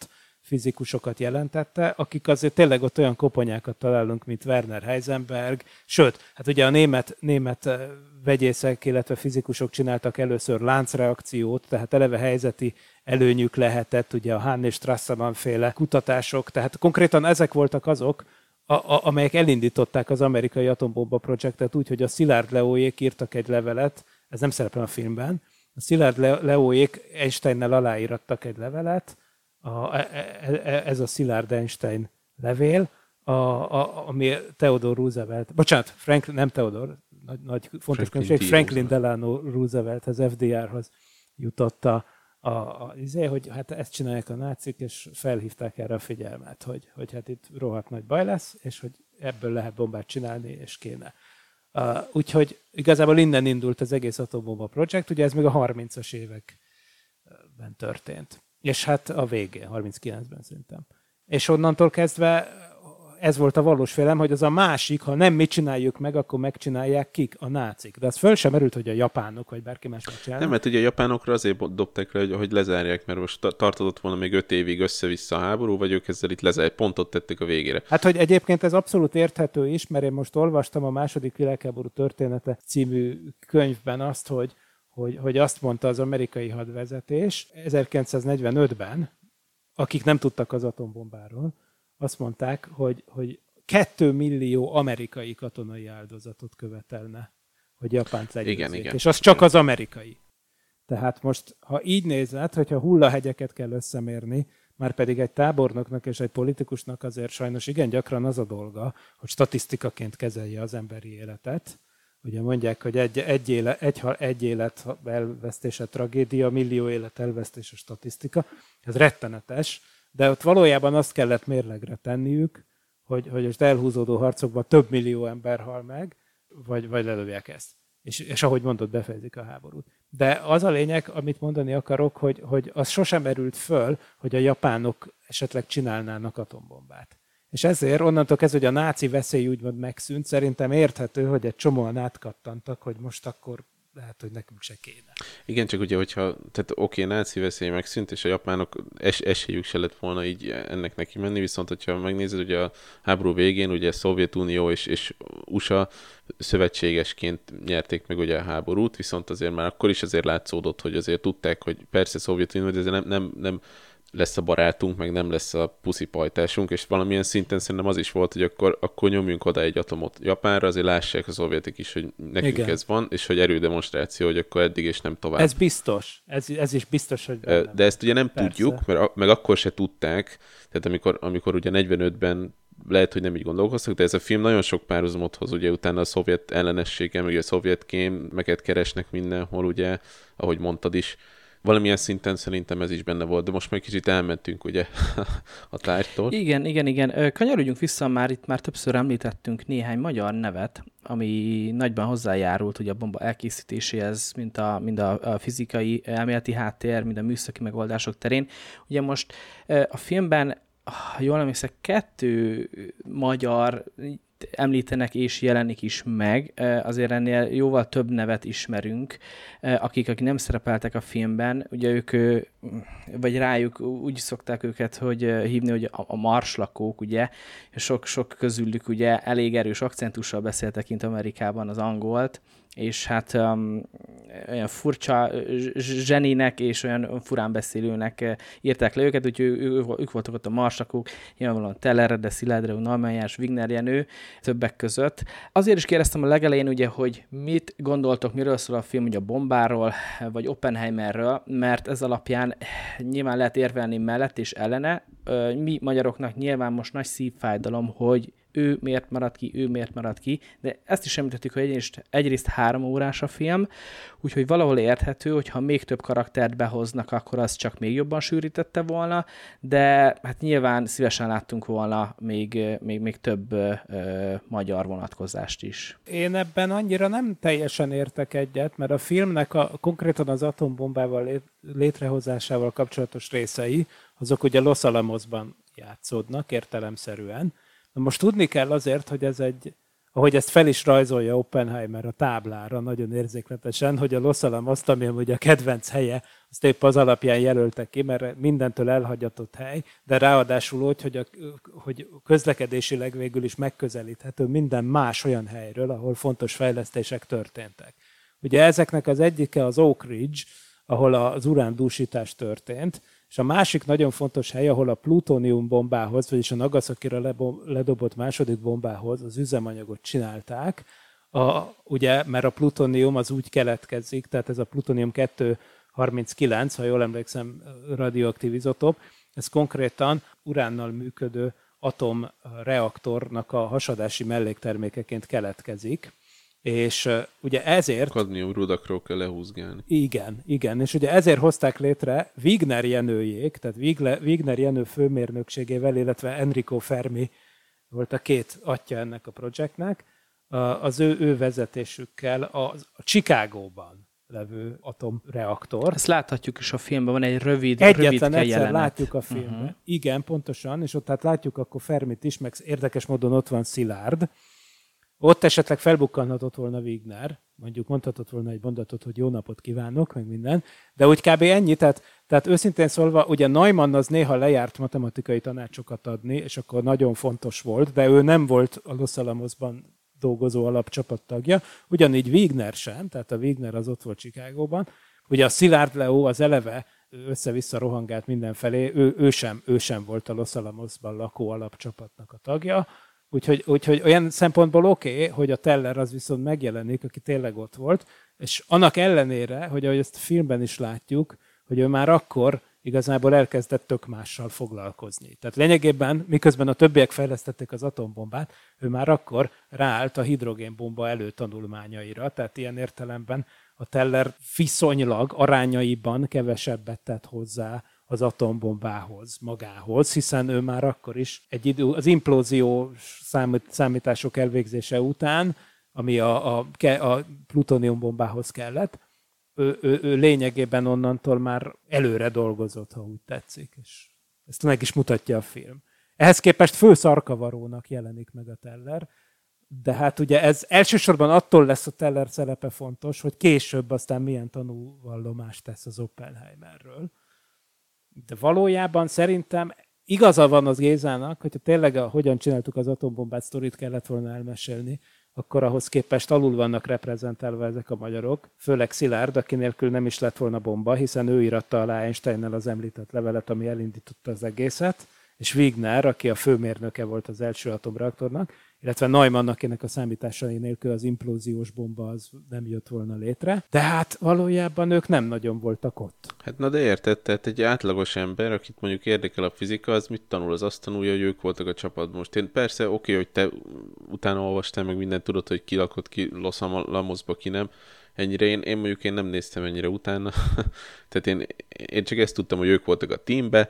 fizikusokat jelentette, akik azért tényleg ott olyan koponyákat találunk, mint Werner Heisenberg, sőt, hát ugye a német, német vegyészek, illetve fizikusok csináltak először láncreakciót, tehát eleve helyzeti előnyük lehetett, ugye a Hahn és Strassmann féle kutatások, tehát konkrétan ezek voltak azok, a, a, amelyek elindították az amerikai atombomba projektet úgy, hogy a Szilárd Leóék írtak egy levelet, ez nem szerepel a filmben, a Szilárd Leóék Einsteinnel aláírattak egy levelet, a, ez a Szilárd Einstein levél, a, a, ami Theodore Roosevelt, bocsánat, Frank, nem Theodore, nagy, nagy fontos különbség, Franklin Delano Roosevelthez, ef dé er-hoz jutott a, a, a izé, hogy hát ezt csinálják a nácik, és felhívták erre a figyelmet, hogy, hogy hát itt rohadt nagy baj lesz, és hogy ebből lehet bombát csinálni, és kéne. Uh, úgyhogy igazából innen indult az egész atombomba projekt, ugye ez még a harmincas években történt. És hát a végén, harminckilencben szerintem. És onnantól kezdve ez volt a valós félelem, hogy az a másik, ha nem mi csináljuk meg, akkor megcsinálják kik? A nácik. De az föl sem merült, hogy a japánok, vagy bárki más megcsinálja. Nem, mert ugye a japánokra azért dobták le, hogy, hogy lezárják, mert most tartodott volna még öt évig össze-vissza a háború, vagy ők ezzel itt lezárják, pontot tettek a végére. Hát, hogy egyébként ez abszolút érthető is, mert én most olvastam a második világháború története című könyvben azt, hogy Hogy, hogy azt mondta az amerikai hadvezetés ezerkilencszáznegyvenötben, akik nem tudtak az atombombáról, azt mondták, hogy, hogy kettő millió amerikai katonai áldozatot követelne, hogy Japánt legyőzzék. Igen, igen. És az csak az amerikai. Tehát most, ha így nézed, hogyha hullahegyeket kell összemérni, már pedig egy tábornoknak és egy politikusnak azért sajnos igen gyakran az a dolga, hogy statisztikaként kezelje az emberi életet. Ugye mondják, hogy egy, egy, élet, egy, egy élet elvesztése tragédia, millió élet elvesztése statisztika. Ez rettenetes, de ott valójában azt kellett mérlegre tenniük, hogy, hogy most elhúzódó harcokban több millió ember hal meg, vagy, vagy lelőják ezt. És, és ahogy mondod, befejezik a háborút. De az a lényeg, amit mondani akarok, hogy, hogy az sosem merült föl, hogy a japánok esetleg csinálnának atombombát. És ezért onnantól kezdve, hogy a náci veszély úgymond megszűnt, szerintem érthető, hogy egy csomóan átkattantak, hogy most akkor lehet, hogy nekünk se kéne. Igen, csak ugye, hogyha, tehát oké, okay, náci veszély megszűnt, és a japánok es- esélyük se lett volna így ennek neki menni, viszont hogyha megnézed, ugye a háború végén ugye Szovjetunió és, és u es á szövetségesként nyerték meg ugye a háborút, viszont azért már akkor is azért látszódott, hogy azért tudták, hogy persze Szovjetunió, de azért nem, nem, nem lesz a barátunk, meg nem lesz a puszipajtásunk, és valamilyen szinten szerintem az is volt, hogy akkor, akkor nyomjunk oda egy atomot Japánra, azért lássák a szovjetek is, hogy nekünk igen. Ez van, és hogy erődemonstráció, hogy akkor eddig és nem tovább. Ez biztos. Ez, ez is biztos, hogy bennem. De ezt ugye nem persze. tudjuk, mert meg akkor se tudták, tehát amikor, amikor ugye negyvenötben lehet, hogy nem így gondolkoztak, de ez a film nagyon sok párhuzamot hoz, ugye utána a szovjet ellenességgel, meg a szovjet kémeket keresnek mindenhol, ugye, ahogy mondtad is. Valamilyen szinten szerintem ez is benne volt, de most már kicsit elmentünk ugye a tárgytól. Igen, igen, igen. Kanyarodjunk vissza, már itt már többször említettünk néhány magyar nevet, ami nagyban hozzájárult ugye a bomba elkészítéséhez, mint a, mind a, a fizikai elméleti háttér, mind a műszaki megoldások terén. Ugye most a filmben, ha jól emlékszem, kettő magyar említenek és jelenik is meg, azért ennél jóval több nevet ismerünk, akik, akik nem szerepeltek a filmben, ugye ők, vagy rájuk úgy szokták őket hogy hívni, hogy a marslakók, ugye, sok, sok közülük ugye elég erős akcentussal beszéltek kint Amerikában az angolt, és hát um, olyan furcsa zseninek és olyan furán beszélőnek írták le őket, úgyhogy ő, ők voltak ott a marslakók, nyilvánvalóan Teller, de Szilágyi, Neumann János, Wigner Jenő, többek között. Azért is kérdeztem a legelején, ugye, hogy mit gondoltok, miről szól a film, ugye a bombáról, vagy Oppenheimerről, mert ez alapján nyilván lehet érvelni mellett és ellene. Mi magyaroknak nyilván most nagy szívfájdalom, hogy ő miért marad ki, ő miért marad ki, de ezt is említettük, hogy egyrészt, egyrészt három órás a film, úgyhogy valahol érthető, hogyha még több karaktert behoznak, akkor az csak még jobban sűrítette volna, de hát nyilván szívesen láttunk volna még, még, még több ö, magyar vonatkozást is. Én ebben annyira nem teljesen értek egyet, mert a filmnek a, konkrétan az atombombával lé, létrehozásával kapcsolatos részei, azok ugye Los Alamosban játszódnak értelemszerűen. Most tudni kell azért, hogy ez egy ahogy ezt fel is rajzolja Oppenheimer a táblára nagyon érzékletesen, hogy a Los Alamos, ami ugye a kedvenc helye, azt épp az alapján jelöltek ki, mert mindentől elhagyatott hely, de ráadásul úgy, hogy, a, hogy közlekedésileg végül is megközelíthető minden más olyan helyről, ahol fontos fejlesztések történtek. Ugye ezeknek az egyike az Oak Ridge, ahol az urándúsítás történt, és a másik nagyon fontos hely, ahol a plutónium bombához, vagyis a Nagasakira ledobott második bombához az üzemanyagot csinálták, a, ugye, mert a plutónium az úgy keletkezik, tehát ez a plutónium kettőszázharminckilenc, ha jól emlékszem, radioaktív izotóp, ez konkrétan uránnal működő atomreaktornak a hasadási melléktermékeként keletkezik, és uh, ugye ezért... Kadmium rudakról kell lehúzgálni. Igen, igen, és ugye ezért hozták létre Wigner Jenőjék, tehát Wigner Jenő főmérnökségével, illetve Enrico Fermi volt a két atya ennek a projektnek, az ő, ő vezetésükkel a, a Chicagóban levő atomreaktor. Ezt láthatjuk is a filmben, van egy rövid, Egyetlen rövid egyszer jelenet. látjuk a filmben. Uh-huh. Igen, pontosan, és ott tehát látjuk akkor Fermit is, meg érdekes módon ott van Szilárd. Ott esetleg felbukkanhatott volna Wigner, mondjuk mondhatott volna egy mondatot, hogy jó napot kívánok, meg minden, de úgy kb. Ennyi, tehát, tehát őszintén szólva, ugye Neumann az néha lejárt matematikai tanácsokat adni, és akkor nagyon fontos volt, de ő nem volt a Los Alamosban dolgozó alapcsapat tagja, ugyanígy Wigner sem, tehát a Wigner az ott volt Chicagóban, ugye a Szilárd Leo az eleve össze-vissza rohangált mindenfelé, ő, ő, sem, ő sem volt a Los Alamosban lakó alapcsapatnak a tagja, Úgyhogy, úgyhogy olyan szempontból oké, okay, hogy a Teller az viszont megjelenik, aki tényleg ott volt, és annak ellenére, hogy ahogy ezt a filmben is látjuk, hogy ő már akkor igazából elkezdett tök mással foglalkozni. Tehát lényegében, miközben a többiek fejlesztették az atombombát, ő már akkor ráállt a hidrogénbomba előtanulmányaira, tehát ilyen értelemben a Teller viszonylag arányaiban kevesebbet tett hozzá az atombombához, magához, hiszen ő már akkor is egy idő, az implózió számít, számítások elvégzése után, ami a, a, a plutóniumbombához kellett, ő, ő, ő lényegében onnantól már előre dolgozott, ha úgy tetszik, és ezt meg is mutatja a film. Ehhez képest főszarkavarónak jelenik meg a Teller, de hát ugye ez elsősorban attól lesz a Teller szerepe fontos, hogy később aztán milyen tanúvallomást tesz az Oppenheimerről. De valójában szerintem igaza van az Gézának, hogyha tényleg a, hogyan csináltuk az atombombát sztorit kellett volna elmesélni, akkor ahhoz képest alul vannak reprezentálva ezek a magyarok, főleg Szilárd, aki nélkül nem is lett volna bomba, hiszen ő íratta alá Einsteinnel az említett levelet, ami elindította az egészet, és Wigner, aki a főmérnöke volt az első atomreaktornak, illetve Neumann, akinek a számításai nélkül az implóziós bomba az nem jött volna létre. De hát valójában ők nem nagyon voltak ott. Hát na de érted, tehát egy átlagos ember, akit mondjuk érdekel a fizika, az mit tanul? Az azt tanulja, hogy ők voltak a csapatban. Most én persze oké, hogy te utána olvastál, meg mindent tudod, hogy ki lakott ki Los Alamosba, ki nem. Ennyire én, én mondjuk én nem néztem ennyire utána. Tehát én, én csak ezt tudtam, hogy ők voltak a teambe,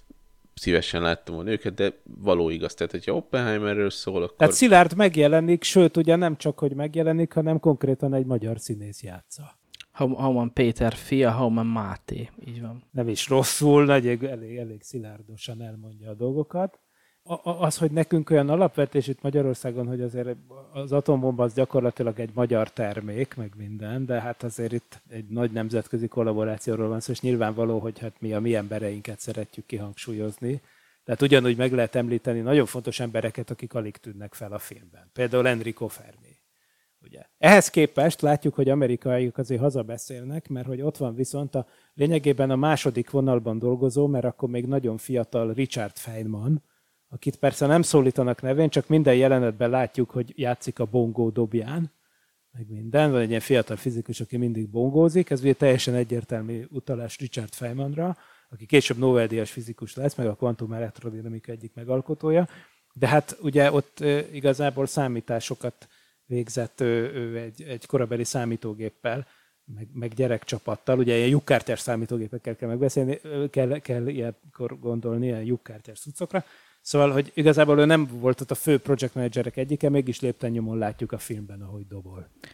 szívesen láttam volna őket, de való igaz. Tehát, hogyha Oppenheimerről szól, akkor... Tehát Szilárd megjelenik, sőt, ugye nem csak, hogy megjelenik, hanem konkrétan egy magyar színész játsza. Hauman Péter fia, Hauman Máté. Így van. Nem is rosszul, elég, elég, elég szilárdosan elmondja a dolgokat. A, az, hogy nekünk olyan alapvetés itt Magyarországon, hogy azért az atombomba az gyakorlatilag egy magyar termék, meg minden, de hát azért itt egy nagy nemzetközi kollaborációról van szó, és nyilvánvaló, hogy hát mi a mi embereinket szeretjük kihangsúlyozni. Tehát ugyanúgy meg lehet említeni nagyon fontos embereket, akik alig tűnnek fel a filmben. Például Enrico Fermi. Ugye. Ehhez képest látjuk, hogy amerikaiak azért hazabeszélnek, mert hogy ott van viszont a lényegében a második vonalban dolgozó, mert akkor még nagyon fiatal Richard Feynman, akit persze nem szólítanak nevén, csak minden jelenetben látjuk, hogy játszik a bongó dobján, meg minden. Van egy ilyen fiatal fizikus, aki mindig bongózik, ez ugye teljesen egyértelmű utalás Richard Feynmanra, aki később Nobel-díjas fizikus lesz, meg a kvantum elektrodinamika egyik megalkotója, de hát ugye ott e, igazából számításokat végzett ő, ő egy, egy korabeli számítógéppel, meg, meg gyerekcsapattal, ugye ilyen lyukkártyás számítógépekkel kell megbeszélni, kell, kell ilyenkor gondolni, ilyen lyukkártyás cuccokra. Szóval, hogy igazából ő nem volt ott a fő project managerek egyike, mégis lépten nyomon látjuk a filmben, ahogy dobol.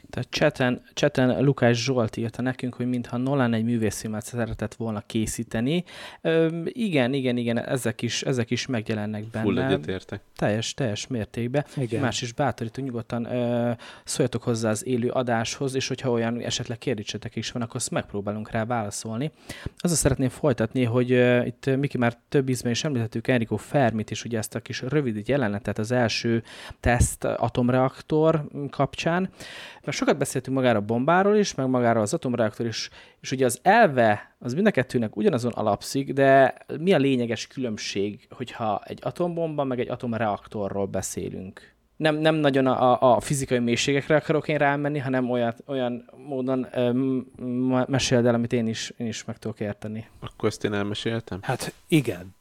Tehát chaten, chaten Lukács Zsolt írta nekünk, hogy mintha Nolan egy művészfilmet szeretett volna készíteni. Ö, igen, igen, igen, ezek is, ezek is megjelennek benne. Full egyetértek. Teljes, teljes mértékben. Igen. Más is bátorító, nyugodtan ö, szóljatok hozzá az élő adáshoz, és hogyha olyan esetleg kérdésetek is van, akkor azt megpróbálunk rá válaszolni. Azzal szeretném folytatni, hogy ö, itt Miki már több ízben is említettük Enrico Fermit, és ugye ezt a kis rövid jelenetet az első teszt atomreaktor kapcsán. Mert sokat beszéltünk magára a bombáról is, meg magáról az atomreaktor is, és ugye az elve az mind a kettőnek ugyanazon alapszik, de mi a lényeges különbség, hogyha egy atombomba, meg egy atomreaktorról beszélünk? Nem, nem nagyon a, a fizikai mélységekre akarok én rámenni, hanem olyan, olyan módon ö, meséld el, amit én is, én is meg tudok érteni. Akkor ezt én elmeséltem? Hát igen.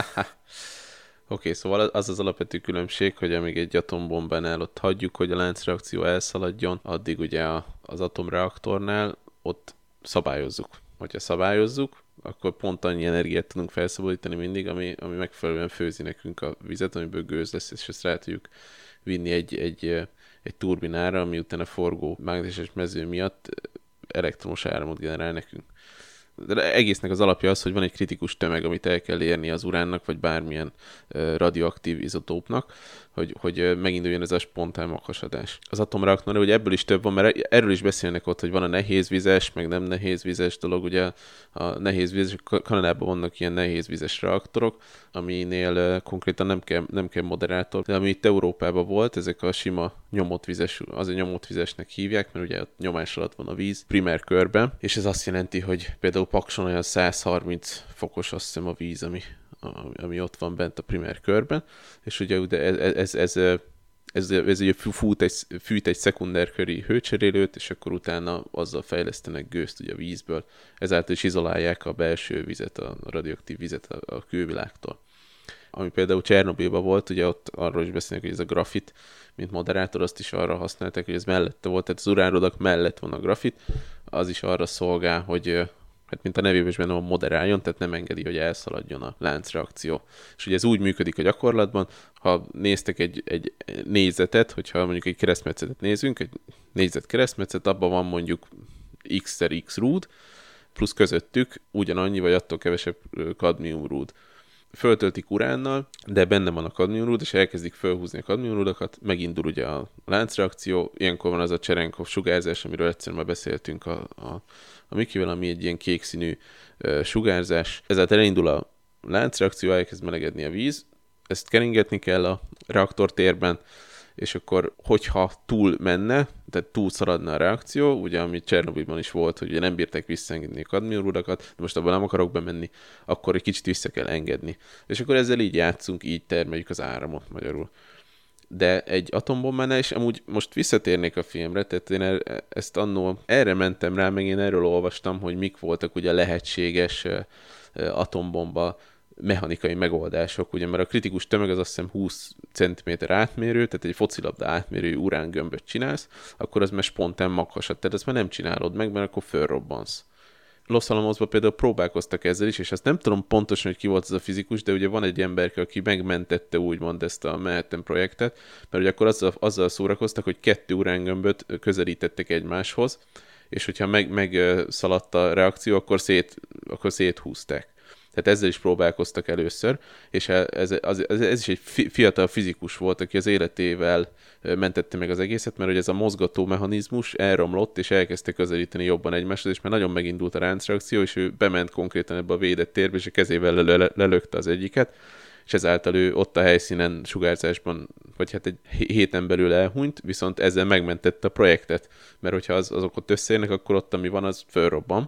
Oké, okay, szóval az az alapvető különbség, hogy amíg egy atombombánál ott hagyjuk, hogy a láncreakció elszaladjon, addig ugye a, az atomreaktornál ott szabályozzuk. Hogyha szabályozzuk, akkor pont annyi energiát tudunk felszabadítani mindig, ami, ami megfelelően főzi nekünk a vizet, amiből gőz lesz, és ezt rá tudjuk vinni egy, egy, egy turbinára, ami utána forgó mágneses mező miatt elektromos áramot generál nekünk. De egésznek az alapja az, hogy van egy kritikus tömeg, amit el kell érni az uránnak, vagy bármilyen uh, radioaktív izotópnak, hogy, hogy uh, meginduljon ez a spontán maghasadás. Az atomreaktor, hogy ebből is több van, mert erről is beszélnek ott, hogy van a nehézvizes, meg nem nehézvizes dolog, ugye a nehézvizes, Kanadában vannak ilyen nehézvizes reaktorok, aminél uh, konkrétan nem kell, nem kell moderátor, de ami itt Európában volt, ezek a sima nyomotvizes, azért nyomotvizesnek hívják, mert ugye ott nyomás alatt van a víz primer körben, és ez azt jelenti, hogy például Pakson olyan száz harminc fokos, azt hiszem, a víz, ami, ami ott van bent a primer körben, és ugye ez, ez, ez, ez, ez ugye fut egy, fűt egy szekundárköri hőcserélőt, és akkor utána azzal fejlesztenek gőzt ugye a vízből, ezáltal is izolálják a belső vizet, a radioaktív vizet a, a külvilágtól. Ami például Csernobilban volt, ugye ott arról is beszélnek, hogy ez a grafit, mint moderátor, azt is arra használták, hogy ez mellette volt, tehát az uránrudak mellett van a grafit, az is arra szolgál, hogy hát mint a nevében is benne van, moderáljon, tehát nem engedi, hogy elszaladjon a láncreakció. És ugye ez úgy működik a gyakorlatban, ha néztek egy, egy négyzetet, hogyha mondjuk egy keresztmetszetet nézünk, egy négyzet keresztmetszet, abban van mondjuk x-szer x rúd, plusz közöttük ugyanannyi, vagy attól kevesebb kadmium rúd. Föltöltik uránnal, de benne van a kadmiumrúd, és elkezdik fölhúzni a kadmiumrúdakat, megindul ugye a láncreakció, ilyenkor van az a Cherenkov sugárzás, amiről egyszer már beszéltünk a, a, a Mikivel, ami egy ilyen kék színű uh, sugárzás. Ezáltal elindul a láncreakció, elkezd melegedni a víz, ezt keringetni kell a reaktortérben, és akkor, hogyha túl menne, tehát túl szaladna a reakció, ugye, ami Csernobilban is volt, hogy ugye nem bírták visszaengedni a kadmiumrudakat, de most abban nem akarok bemenni, akkor egy kicsit vissza kell engedni. És akkor ezzel így játszunk, így termeljük az áramot magyarul. De egy atombombánál, és amúgy most visszatérnék a filmre, tehát én ezt annól erre mentem rá, meg én erről olvastam, hogy mik voltak ugye lehetséges atombomba mechanikai megoldások, ugye, mert a kritikus tömeg az azt hiszem húsz centiméter átmérő, tehát egy focilabda átmérő urángömböt csinálsz, akkor az már spontán maghasad, tehát ezt már nem csinálod meg, mert akkor fölrobbansz. Los Alamosban például próbálkoztak ezzel is, és azt nem tudom pontosan, hogy ki volt az a fizikus, de ugye van egy emberke, aki megmentette úgymond ezt a Manhattan projektet, mert ugye akkor azzal, azzal szórakoztak, hogy kettő urángömböt közelítettek egymáshoz, és hogyha meg, megszaladt a reakció, akkor, szét, akkor széthúzták. Tehát ezzel is próbálkoztak először, és ez, az, ez, ez is egy fiatal fizikus volt, aki az életével mentette meg az egészet, mert hogy ez a mozgató mechanizmus elromlott, és elkezdte közelíteni jobban egymáshoz, és már nagyon megindult a ráncreakció, és ő bement konkrétan ebbe a védett térbe, és a kezével lelö- lelökte az egyiket, és ezáltal ő ott a helyszínen sugárzásban, vagy hát egy héten belül elhunyt, viszont ezzel megmentette a projektet, mert hogyha az, azok ott összeérnek, akkor ott, ami van, az fölrobban,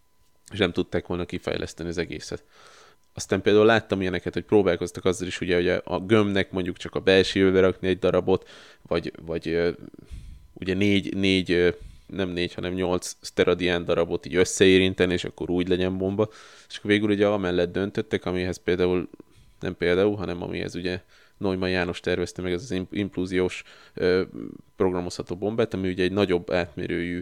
és nem tudták volna kifejleszteni az egészet. Aztán például láttam ilyeneket, hogy próbálkoztak azzal is, ugye, hogy a gömbnek mondjuk csak a belsőbe rakni egy darabot, vagy, vagy ugye négy, négy, nem négy, hanem nyolc szteradián darabot így összeérinteni, és akkor úgy legyen bomba. És akkor végül ugye amellett döntöttek, amihez például, nem például, hanem amihez ugye Neumann János tervezte meg, ez az implúziós programozható bombát, ami ugye egy nagyobb átmérőjű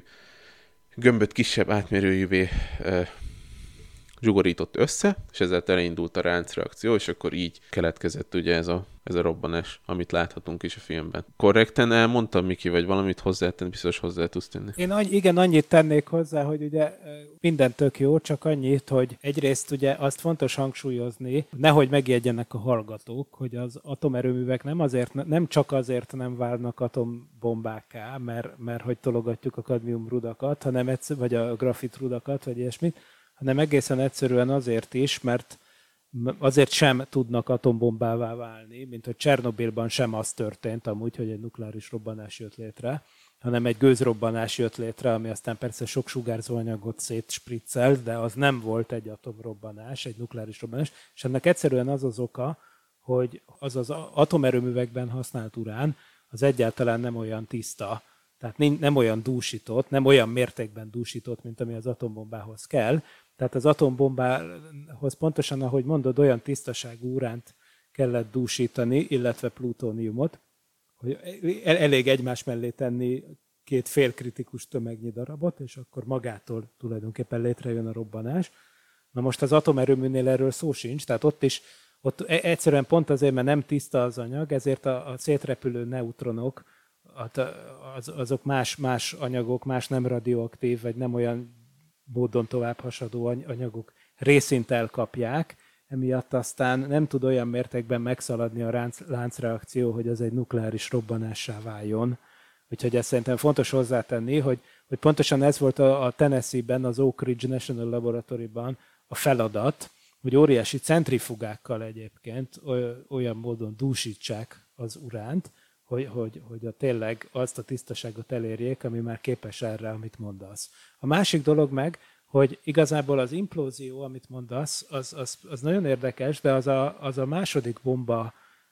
gömböt kisebb átmérőjűvé e, zsugorított össze, és ezzel elindult a ráncreakció, és akkor így keletkezett ugye ez a ez a robbanás, amit láthatunk is a filmben. Korrekten elmondtam, Miki, vagy valamit hozzátenni, biztos hozzá tudsz tenni. Én annyi, igen, annyit tennék hozzá, hogy ugye minden tök jó, csak annyit, hogy egyrészt ugye azt fontos hangsúlyozni, nehogy megijedjenek a hallgatók, hogy az atomerőművek nem azért, nem csak azért nem válnak atombombákká, mert, mert hogy tologatjuk a kadmiumrudakat, hanem egyszer, vagy a grafitrudakat, vagy ilyesmit, hanem egészen egyszerűen azért is, mert azért sem tudnak atombombává válni, mint hogy Csernobélban sem az történt amúgy, hogy egy nukleáris robbanás jött létre, hanem egy gőzrobbanás jött létre, ami aztán persze sok sugárzóanyagot szétspriccelt, de az nem volt egy atomrobbanás, egy nukleáris robbanás, és ennek egyszerűen az az oka, hogy az az atomerőművekben használt urán az egyáltalán nem olyan tiszta, tehát nem olyan dúsított, nem olyan mértékben dúsított, mint ami az atombombához kell. Tehát az atombombához pontosan, ahogy mondod, olyan tisztaságú uránt kellett dúsítani, illetve plutóniumot, hogy elég egymás mellé tenni két félkritikus tömegnyi darabot, és akkor magától tulajdonképpen létrejön a robbanás. Na most az atomerőműnél erről szó sincs, tehát ott is ott egyszerűen pont azért, mert nem tiszta az anyag, ezért a, a szétrepülő neutronok, az, azok más, más anyagok, más nem radioaktív, vagy nem olyan módon tovább hasadó anyagok részint elkapják, emiatt aztán nem tud olyan mértékben megszaladni a ránc, láncreakció, hogy az egy nukleáris robbanássá váljon. Úgyhogy ezt szerintem fontos hozzátenni, hogy, hogy pontosan ez volt a, a Tennessee-ben, az Oak Ridge National Laboratory-ban a feladat, hogy óriási centrifugákkal egyébként olyan módon dúsítsák az uránt, hogy, hogy, hogy a tényleg azt a tisztaságot elérjék, ami már képes erre, amit mondasz. A másik dolog meg, hogy igazából az implózió, amit mondasz, az, az, az nagyon érdekes, de az a, az a második bomba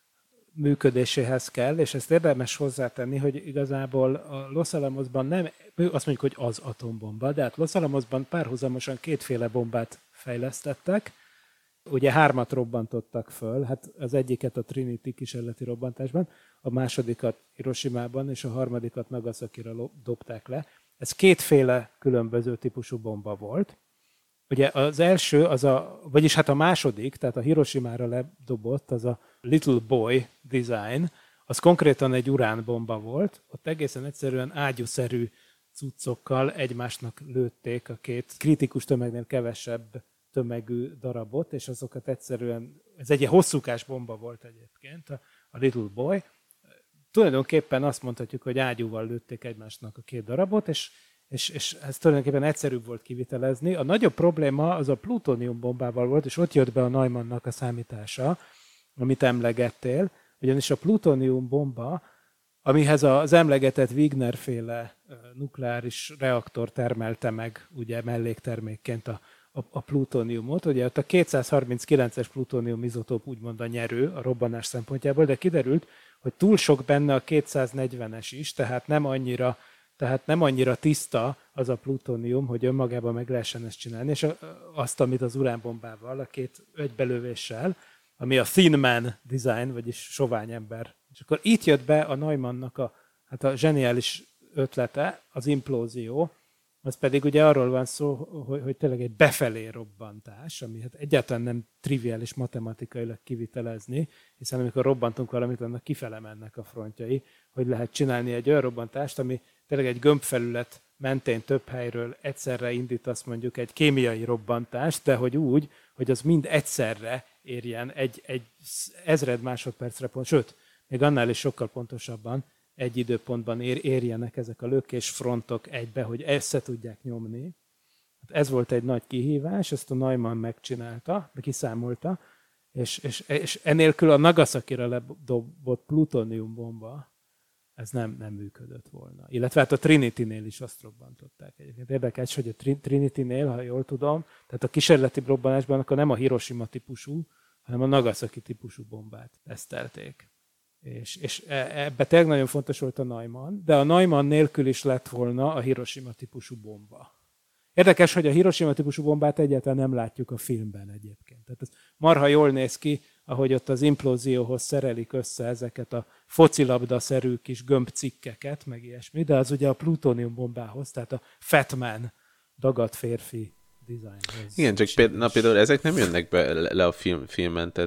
működéséhez kell, és ezt érdemes hozzátenni, hogy igazából a Los Alamosban nem, azt mondjuk, hogy az atombomba, de hát Los Alamosban párhuzamosan kétféle bombát fejlesztettek, ugye hármat robbantottak föl, hát az egyiket a Trinity kísérleti robbantásban, a másodikat Hiroshimában, és a harmadikat Nagasakira dobták le. Ez kétféle különböző típusú bomba volt. Ugye az első, az a, vagyis hát a második, tehát a Hiroshimára ledobott, az a Little Boy design, az konkrétan egy uránbomba volt, ott egészen egyszerűen ágyúszerű cuccokkal egymásnak lőtték a két kritikus tömegnél kevesebb tömegű darabot, és azokat egyszerűen, ez egy hosszúkás bomba volt egyébként, a, a Little Boy. Tulajdonképpen azt mondhatjuk, hogy ágyúval lőtték egymásnak a két darabot, és, és, és ez tulajdonképpen egyszerűbb volt kivitelezni. A nagyobb probléma az a plutónium bombával volt, és ott jött be a Neumannnak a számítása, amit emlegettél, ugyanis a plutónium bomba, amihez az emlegetett Wigner-féle nukleáris reaktor termelte meg ugye melléktermékként a a, a plutóniumot. Ugye ott a kétszázharminckilences plutónium izotóp úgymond a nyerő a robbanás szempontjából, de kiderült, hogy túl sok benne a kétszáznegyvenes is, tehát nem annyira, tehát nem annyira tiszta az a plutónium, hogy önmagában meg lehessen ezt csinálni, és azt, amit az uránbombával, a két egybelövéssel, ami a Thin Man design, vagyis sovány ember. És akkor itt jött be a Neumannnak a, hát a zseniális ötlete, az implózió, az pedig ugye arról van szó, hogy, hogy tényleg egy befelé robbantás, ami hát egyáltalán nem triviális matematikailag kivitelezni, hiszen amikor robbantunk valamit, annak kifele mennek a frontjai, hogy lehet csinálni egy olyan robbantást, ami tényleg egy gömbfelület mentén több helyről egyszerre indítasz mondjuk egy kémiai robbantást, de hogy úgy, hogy az mind egyszerre érjen egy, egy ezred másodpercre pont, sőt, még annál is sokkal pontosabban, egy időpontban ér, érjenek ezek a lökésfrontok egybe, hogy össze tudják nyomni. Ez volt egy nagy kihívás, ezt a Neumann megcsinálta, kiszámolta, és, és, és enélkül a Nagasakira ledobott plutóniumbomba, ez nem, nem működött volna. Illetve hát a Trinity-nél is azt robbantották egyébként. Érdekes, hogy a Trinity-nél, ha jól tudom, tehát a kísérleti robbanásban akkor nem a Hiroshima típusú, hanem a Nagasaki típusú bombát tesztelték. És, és ebbe tényleg nagyon fontos volt a Neumann, de a Neumann nélkül is lett volna a Hiroshima típusú bomba. Érdekes, hogy a Hiroshima típusú bombát egyáltalán nem látjuk a filmben egyébként. Tehát ez marha jól néz ki, ahogy ott az implózióhoz szerelik össze ezeket a focilabda-szerű kis gömbcikkeket, meg ilyesmi, de az ugye a plutónium bombához, tehát a Fat Man, dagadt férfi dizájnhoz. Igen, csak például, na, például ezek nem jönnek be le a film, filmen, tehát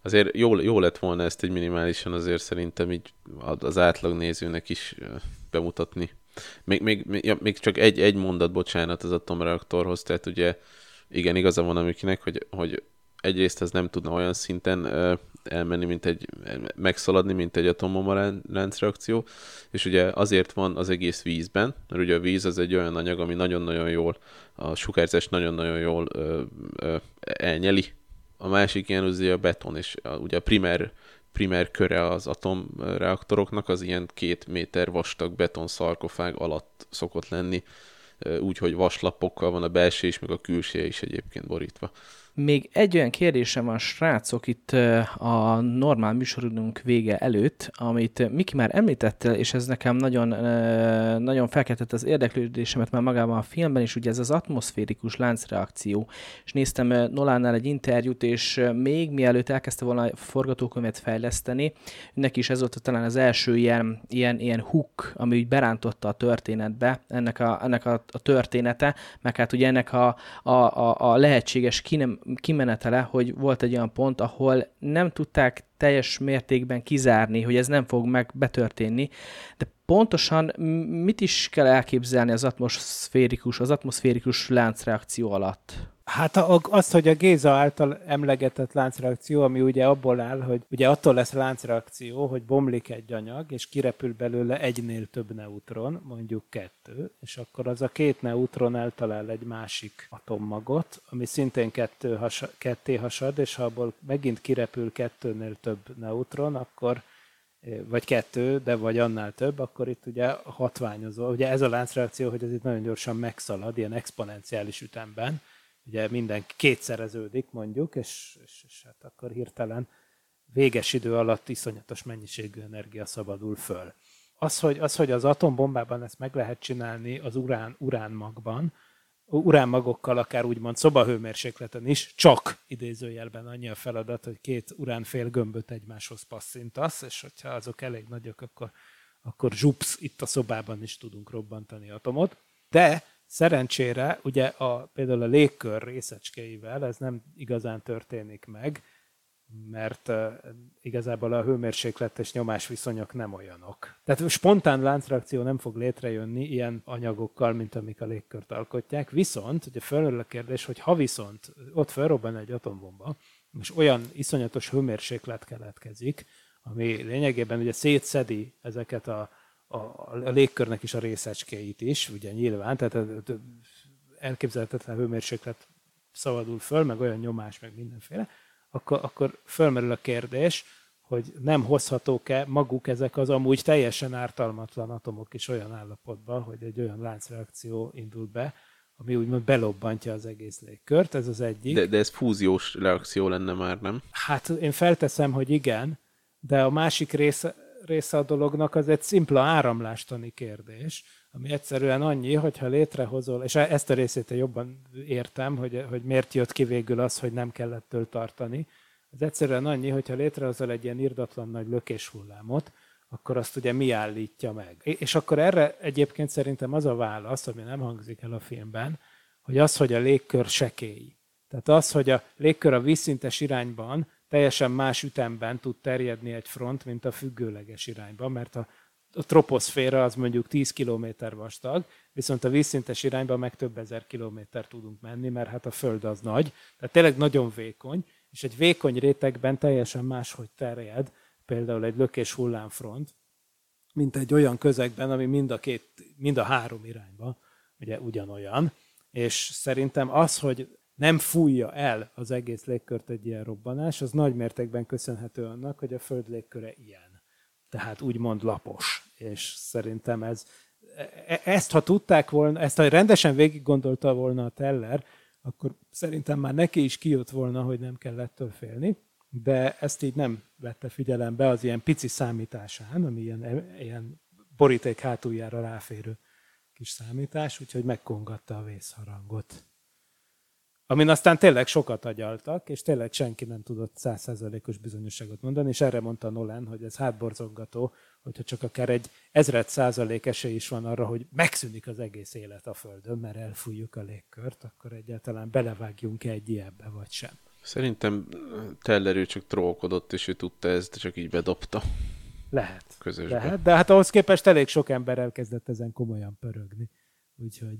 azért jó, jó lett volna ezt egy minimálisan azért szerintem így az átlag nézőnek is bemutatni. Még, még, még, még csak egy, egy mondat, bocsánat, az atomreaktorhoz, tehát ugye igen, igaza van amikinek, hogy, hogy egyrészt ez nem tudna olyan szinten elmenni, mint egy, megszaladni, mint egy atombomba láncreakció, és ugye azért van az egész vízben, mert ugye a víz az egy olyan anyag, ami nagyon-nagyon jól, a sugárzást nagyon-nagyon jól ö, ö, elnyeli. A másik ilyen az ugye a beton, és a, ugye a primer, primer köre az atomreaktoroknak az ilyen két méter vastag betonszarkofág alatt szokott lenni, úgyhogy vaslapokkal van a belső is, meg a külsője is egyébként borítva. Még egy olyan kérdésem van, srácok, itt a normál műsorunk vége előtt, amit Miki már említettél, és ez nekem nagyon, nagyon felkeltett az érdeklődésemet már magában a filmben, és ugye ez az atmoszférikus láncreakció. És néztem Nolannál egy interjút, és még mielőtt elkezdte volna a forgatókönyvet fejleszteni, neki is ez volt talán az első ilyen, ilyen, ilyen hook, ami úgy berántotta a történetbe, ennek a, ennek a, a története, meg hát ugye ennek a, a, a, a lehetséges kinem, kimenetele, hogy volt egy olyan pont, ahol nem tudták teljes mértékben kizárni, hogy ez nem fog meg betörténni, de pontosan mit is kell elképzelni az atmoszférikus, az atmoszférikus láncreakció alatt? Hát az, hogy a Géza által emlegetett láncreakció, ami ugye abból áll, hogy ugye attól lesz láncreakció, hogy bomlik egy anyag, és kirepül belőle egynél több neutron, mondjuk kettő, és akkor az a két neutron eltalál egy másik atommagot, ami szintén kettő hasa, ketté hasad, és ha abból megint kirepül kettőnél több neutron, akkor vagy kettő, de vagy annál több, akkor itt ugye hatványozó. Ugye ez a láncreakció, hogy ez itt nagyon gyorsan megszalad, ilyen exponenciális ütemben, ugye minden kétszereződik mondjuk, és, és, és hát akkor hirtelen véges idő alatt iszonyatos mennyiségű energia szabadul föl. Az, hogy az, hogy az atombombában ezt meg lehet csinálni az urán, uránmagban, uránmagokkal akár úgymond szobahőmérsékleten is, csak idézőjelben annyi a feladat, hogy két uránfél gömböt egymáshoz passzintasz, és hogyha azok elég nagyok, akkor, akkor zsupsz, itt a szobában is tudunk robbantani atomot. De szerencsére ugye a, például a légkör részecskeivel ez nem igazán történik meg, mert uh, igazából a hőmérséklet és nyomásviszonyok nem olyanok. Tehát spontán láncreakció nem fog létrejönni ilyen anyagokkal, mint amik a légkört alkotják. Viszont ugye felmerül a kérdés, hogy ha viszont ott felrobban egy atombomba, és olyan iszonyatos hőmérséklet keletkezik, ami lényegében ugye szétszedi ezeket a, a, a légkörnek is a részecskéit is, ugye nyilván, tehát elképzelhetetlen hőmérséklet szabadul föl, meg olyan nyomás, meg mindenféle, Akkor, akkor fölmerül a kérdés, hogy nem hozhatók-e maguk ezek az amúgy teljesen ártalmatlan atomok is olyan állapotban, hogy egy olyan láncreakció indul be, ami úgymond belobbantja az egész légkört, ez az egyik. De, de ez fúziós reakció lenne már, nem? Hát én felteszem, hogy igen, de a másik része, része a dolognak az egy szimpla áramlástani kérdés, ami egyszerűen annyi, hogyha létrehozol, és ezt a részét jobban értem, hogy, hogy miért jött ki végül az, hogy nem kellett től tartani. Ez egyszerűen annyi, hogyha létrehozol egy ilyen irdatlan nagy lökéshullámot, akkor azt ugye mi állítja meg. És akkor erre egyébként szerintem az a válasz, ami nem hangzik el a filmben, hogy az, hogy a légkör sekély. Tehát az, hogy a légkör a vízszintes irányban teljesen más ütemben tud terjedni egy front, mint a függőleges irányban, mert a A troposzféra az mondjuk tíz kilométer vastag, viszont a vízszintes irányban meg több ezer kilométer tudunk menni, mert hát a Föld az nagy, tehát tényleg nagyon vékony, és egy vékony rétegben teljesen máshogy terjed, például egy lökés hullámfront, mint egy olyan közegben, ami mind a, két, mind a három irányba ugye ugyanolyan, és szerintem az, hogy nem fújja el az egész légkört egy ilyen robbanás, az nagy mértékben köszönhető annak, hogy a Föld légköre ilyen. Tehát úgymond lapos, és szerintem ez, ezt ha tudták volna, ezt ha rendesen végig gondolta volna a Teller, akkor szerintem már neki is kijött volna, hogy nem kell ettől félni, de ezt így nem vette figyelembe az ilyen pici számításán, ami ilyen, ilyen boríték hátuljára ráférő kis számítás, úgyhogy megkongatta a vészharangot. Amin aztán tényleg sokat agyaltak, és tényleg senki nem tudott száz százalékos bizonyosságot mondani, és erre mondta Nolan, hogy ez hátborzongató, hogyha csak akár egy ezred százalék esély is van arra, hogy megszűnik az egész élet a Földön, mert elfújjuk a légkört, akkor egyáltalán belevágjunk egy ilyenbe, vagy sem. Szerintem Teller ő csak trollkodott, és ő tudta ezt, csak így bedobta. Lehet. Közösbe. Lehet, de hát ahhoz képest elég sok ember elkezdett ezen komolyan pörögni. Úgyhogy...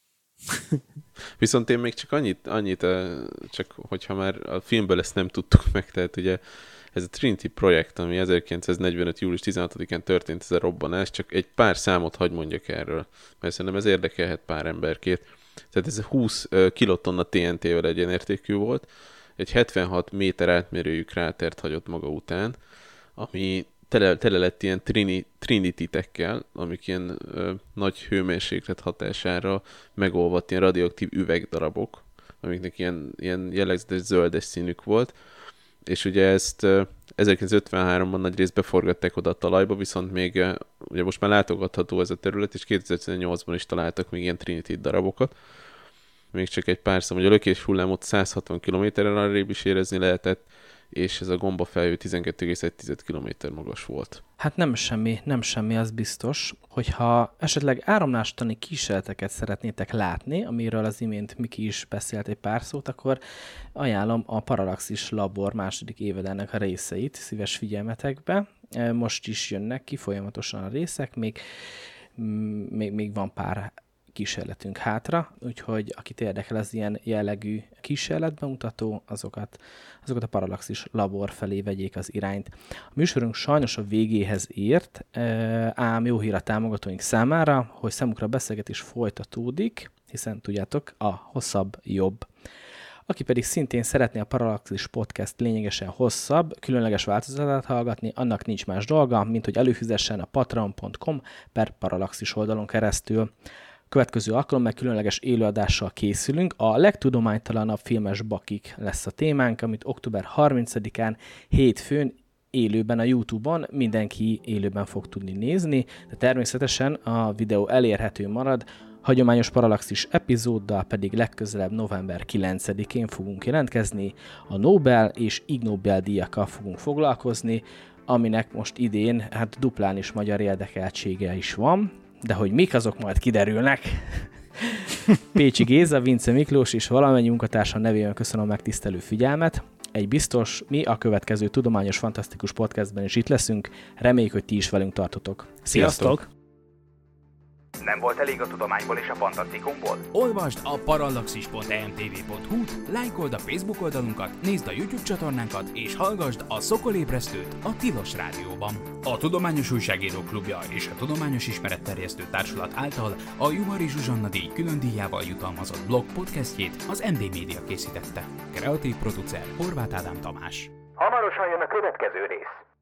Viszont én még csak annyit, annyit, csak hogyha már a filmből ezt nem tudtuk meg, tehát ugye ez a Trinity projekt, ami ezerkilencszáznegyvenöt. július tizenhatodikán történt ez a robbanás, csak egy pár számot hagy mondjak erről, mert szerintem ez érdekelhet pár emberkét. Tehát ez húsz kilotonna té en té-vel egyenértékű volt, egy hetvenhat méter átmérőjű krátert hagyott maga után, ami tele, tele lett ilyen trini, trinity-tekkel, amik ilyen ö, nagy hőmérséklet hatására megolvadt ilyen radioaktív üvegdarabok, amiknek ilyen, ilyen jellegzetes zöldes színük volt, és ugye ezt ö, ezerkilencszázötvenháromban nagy részt beforgatták oda a talajba, viszont még ö, ugye most már látogatható ez a terület, és kétezer-tizennyolcban is találtak még ilyen trinity darabokat. Még csak egy pár szám, hogy a lökés hullámot száz hatvan kilométerrel arrébb is érezni lehetett, és ez a gombafelhő tizenkettő egész egy kilométer magas volt. Hát nem semmi, nem semmi, az biztos, hogyha esetleg áramlástani kísérleteket szeretnétek látni, amiről az imént Miki is beszélt egy pár szót, akkor ajánlom a Parallaxis Labor második évadának a részeit szíves figyelmetekbe. Most is jönnek ki folyamatosan a részek, még, még, még van pár kísérletünk hátra, úgyhogy akit érdekel az ilyen jellegű kísérletbemutató, azokat, azokat a Parallaxis Labor felé vegyék az irányt. A műsorunk sajnos a végéhez ért, ám jó hír a támogatóink számára, hogy számukra a beszélgetés folytatódik, hiszen tudjátok, a hosszabb jobb. Aki pedig szintén szeretné a Parallaxis Podcast lényegesen hosszabb, különleges változatát hallgatni, annak nincs más dolga, mint hogy előfizessen a patreon pont com per Parallaxis oldalon keresztül. Következő alkalommal különleges élőadással készülünk. A legtudománytalanabb filmes bakik lesz a témánk, amit október harmincadikán hétfőn élőben a YouTube-on mindenki élőben fog tudni nézni, de természetesen a videó elérhető marad, hagyományos Parallaxis epizóddal pedig legközelebb november kilencedikén fogunk jelentkezni, a Nobel és Ig Nobel díjakkal fogunk foglalkozni, aminek most idén hát duplán is magyar érdekeltsége is van, de hogy mik, azok majd kiderülnek. Pécsi Géza, Vince Miklós és valamennyi munkatársa nevében köszönöm a megtisztelő figyelmet. Egy biztos, mi a következő Tudományos Fantasztikus Podcastben is itt leszünk. Reméljük, hogy ti is velünk tartotok. Sziasztok! Nem volt elég a tudományból és a fantasztikumból? Olvasd a parallaxis pont e m t v pont h u-t, lájkold a Facebook oldalunkat, nézd a YouTube csatornánkat, és hallgasd a Szokolébresztőt a Tilos Rádióban. A Tudományos Újságírók Klubja és a Tudományos Ismeretterjesztő Társulat által a Juhari Zsuzsanna díj külön díjával jutalmazott blog podcastjét az em dé Média készítette. Kreatív producer Horváth Ádám Tamás. Hamarosan jön a következő rész.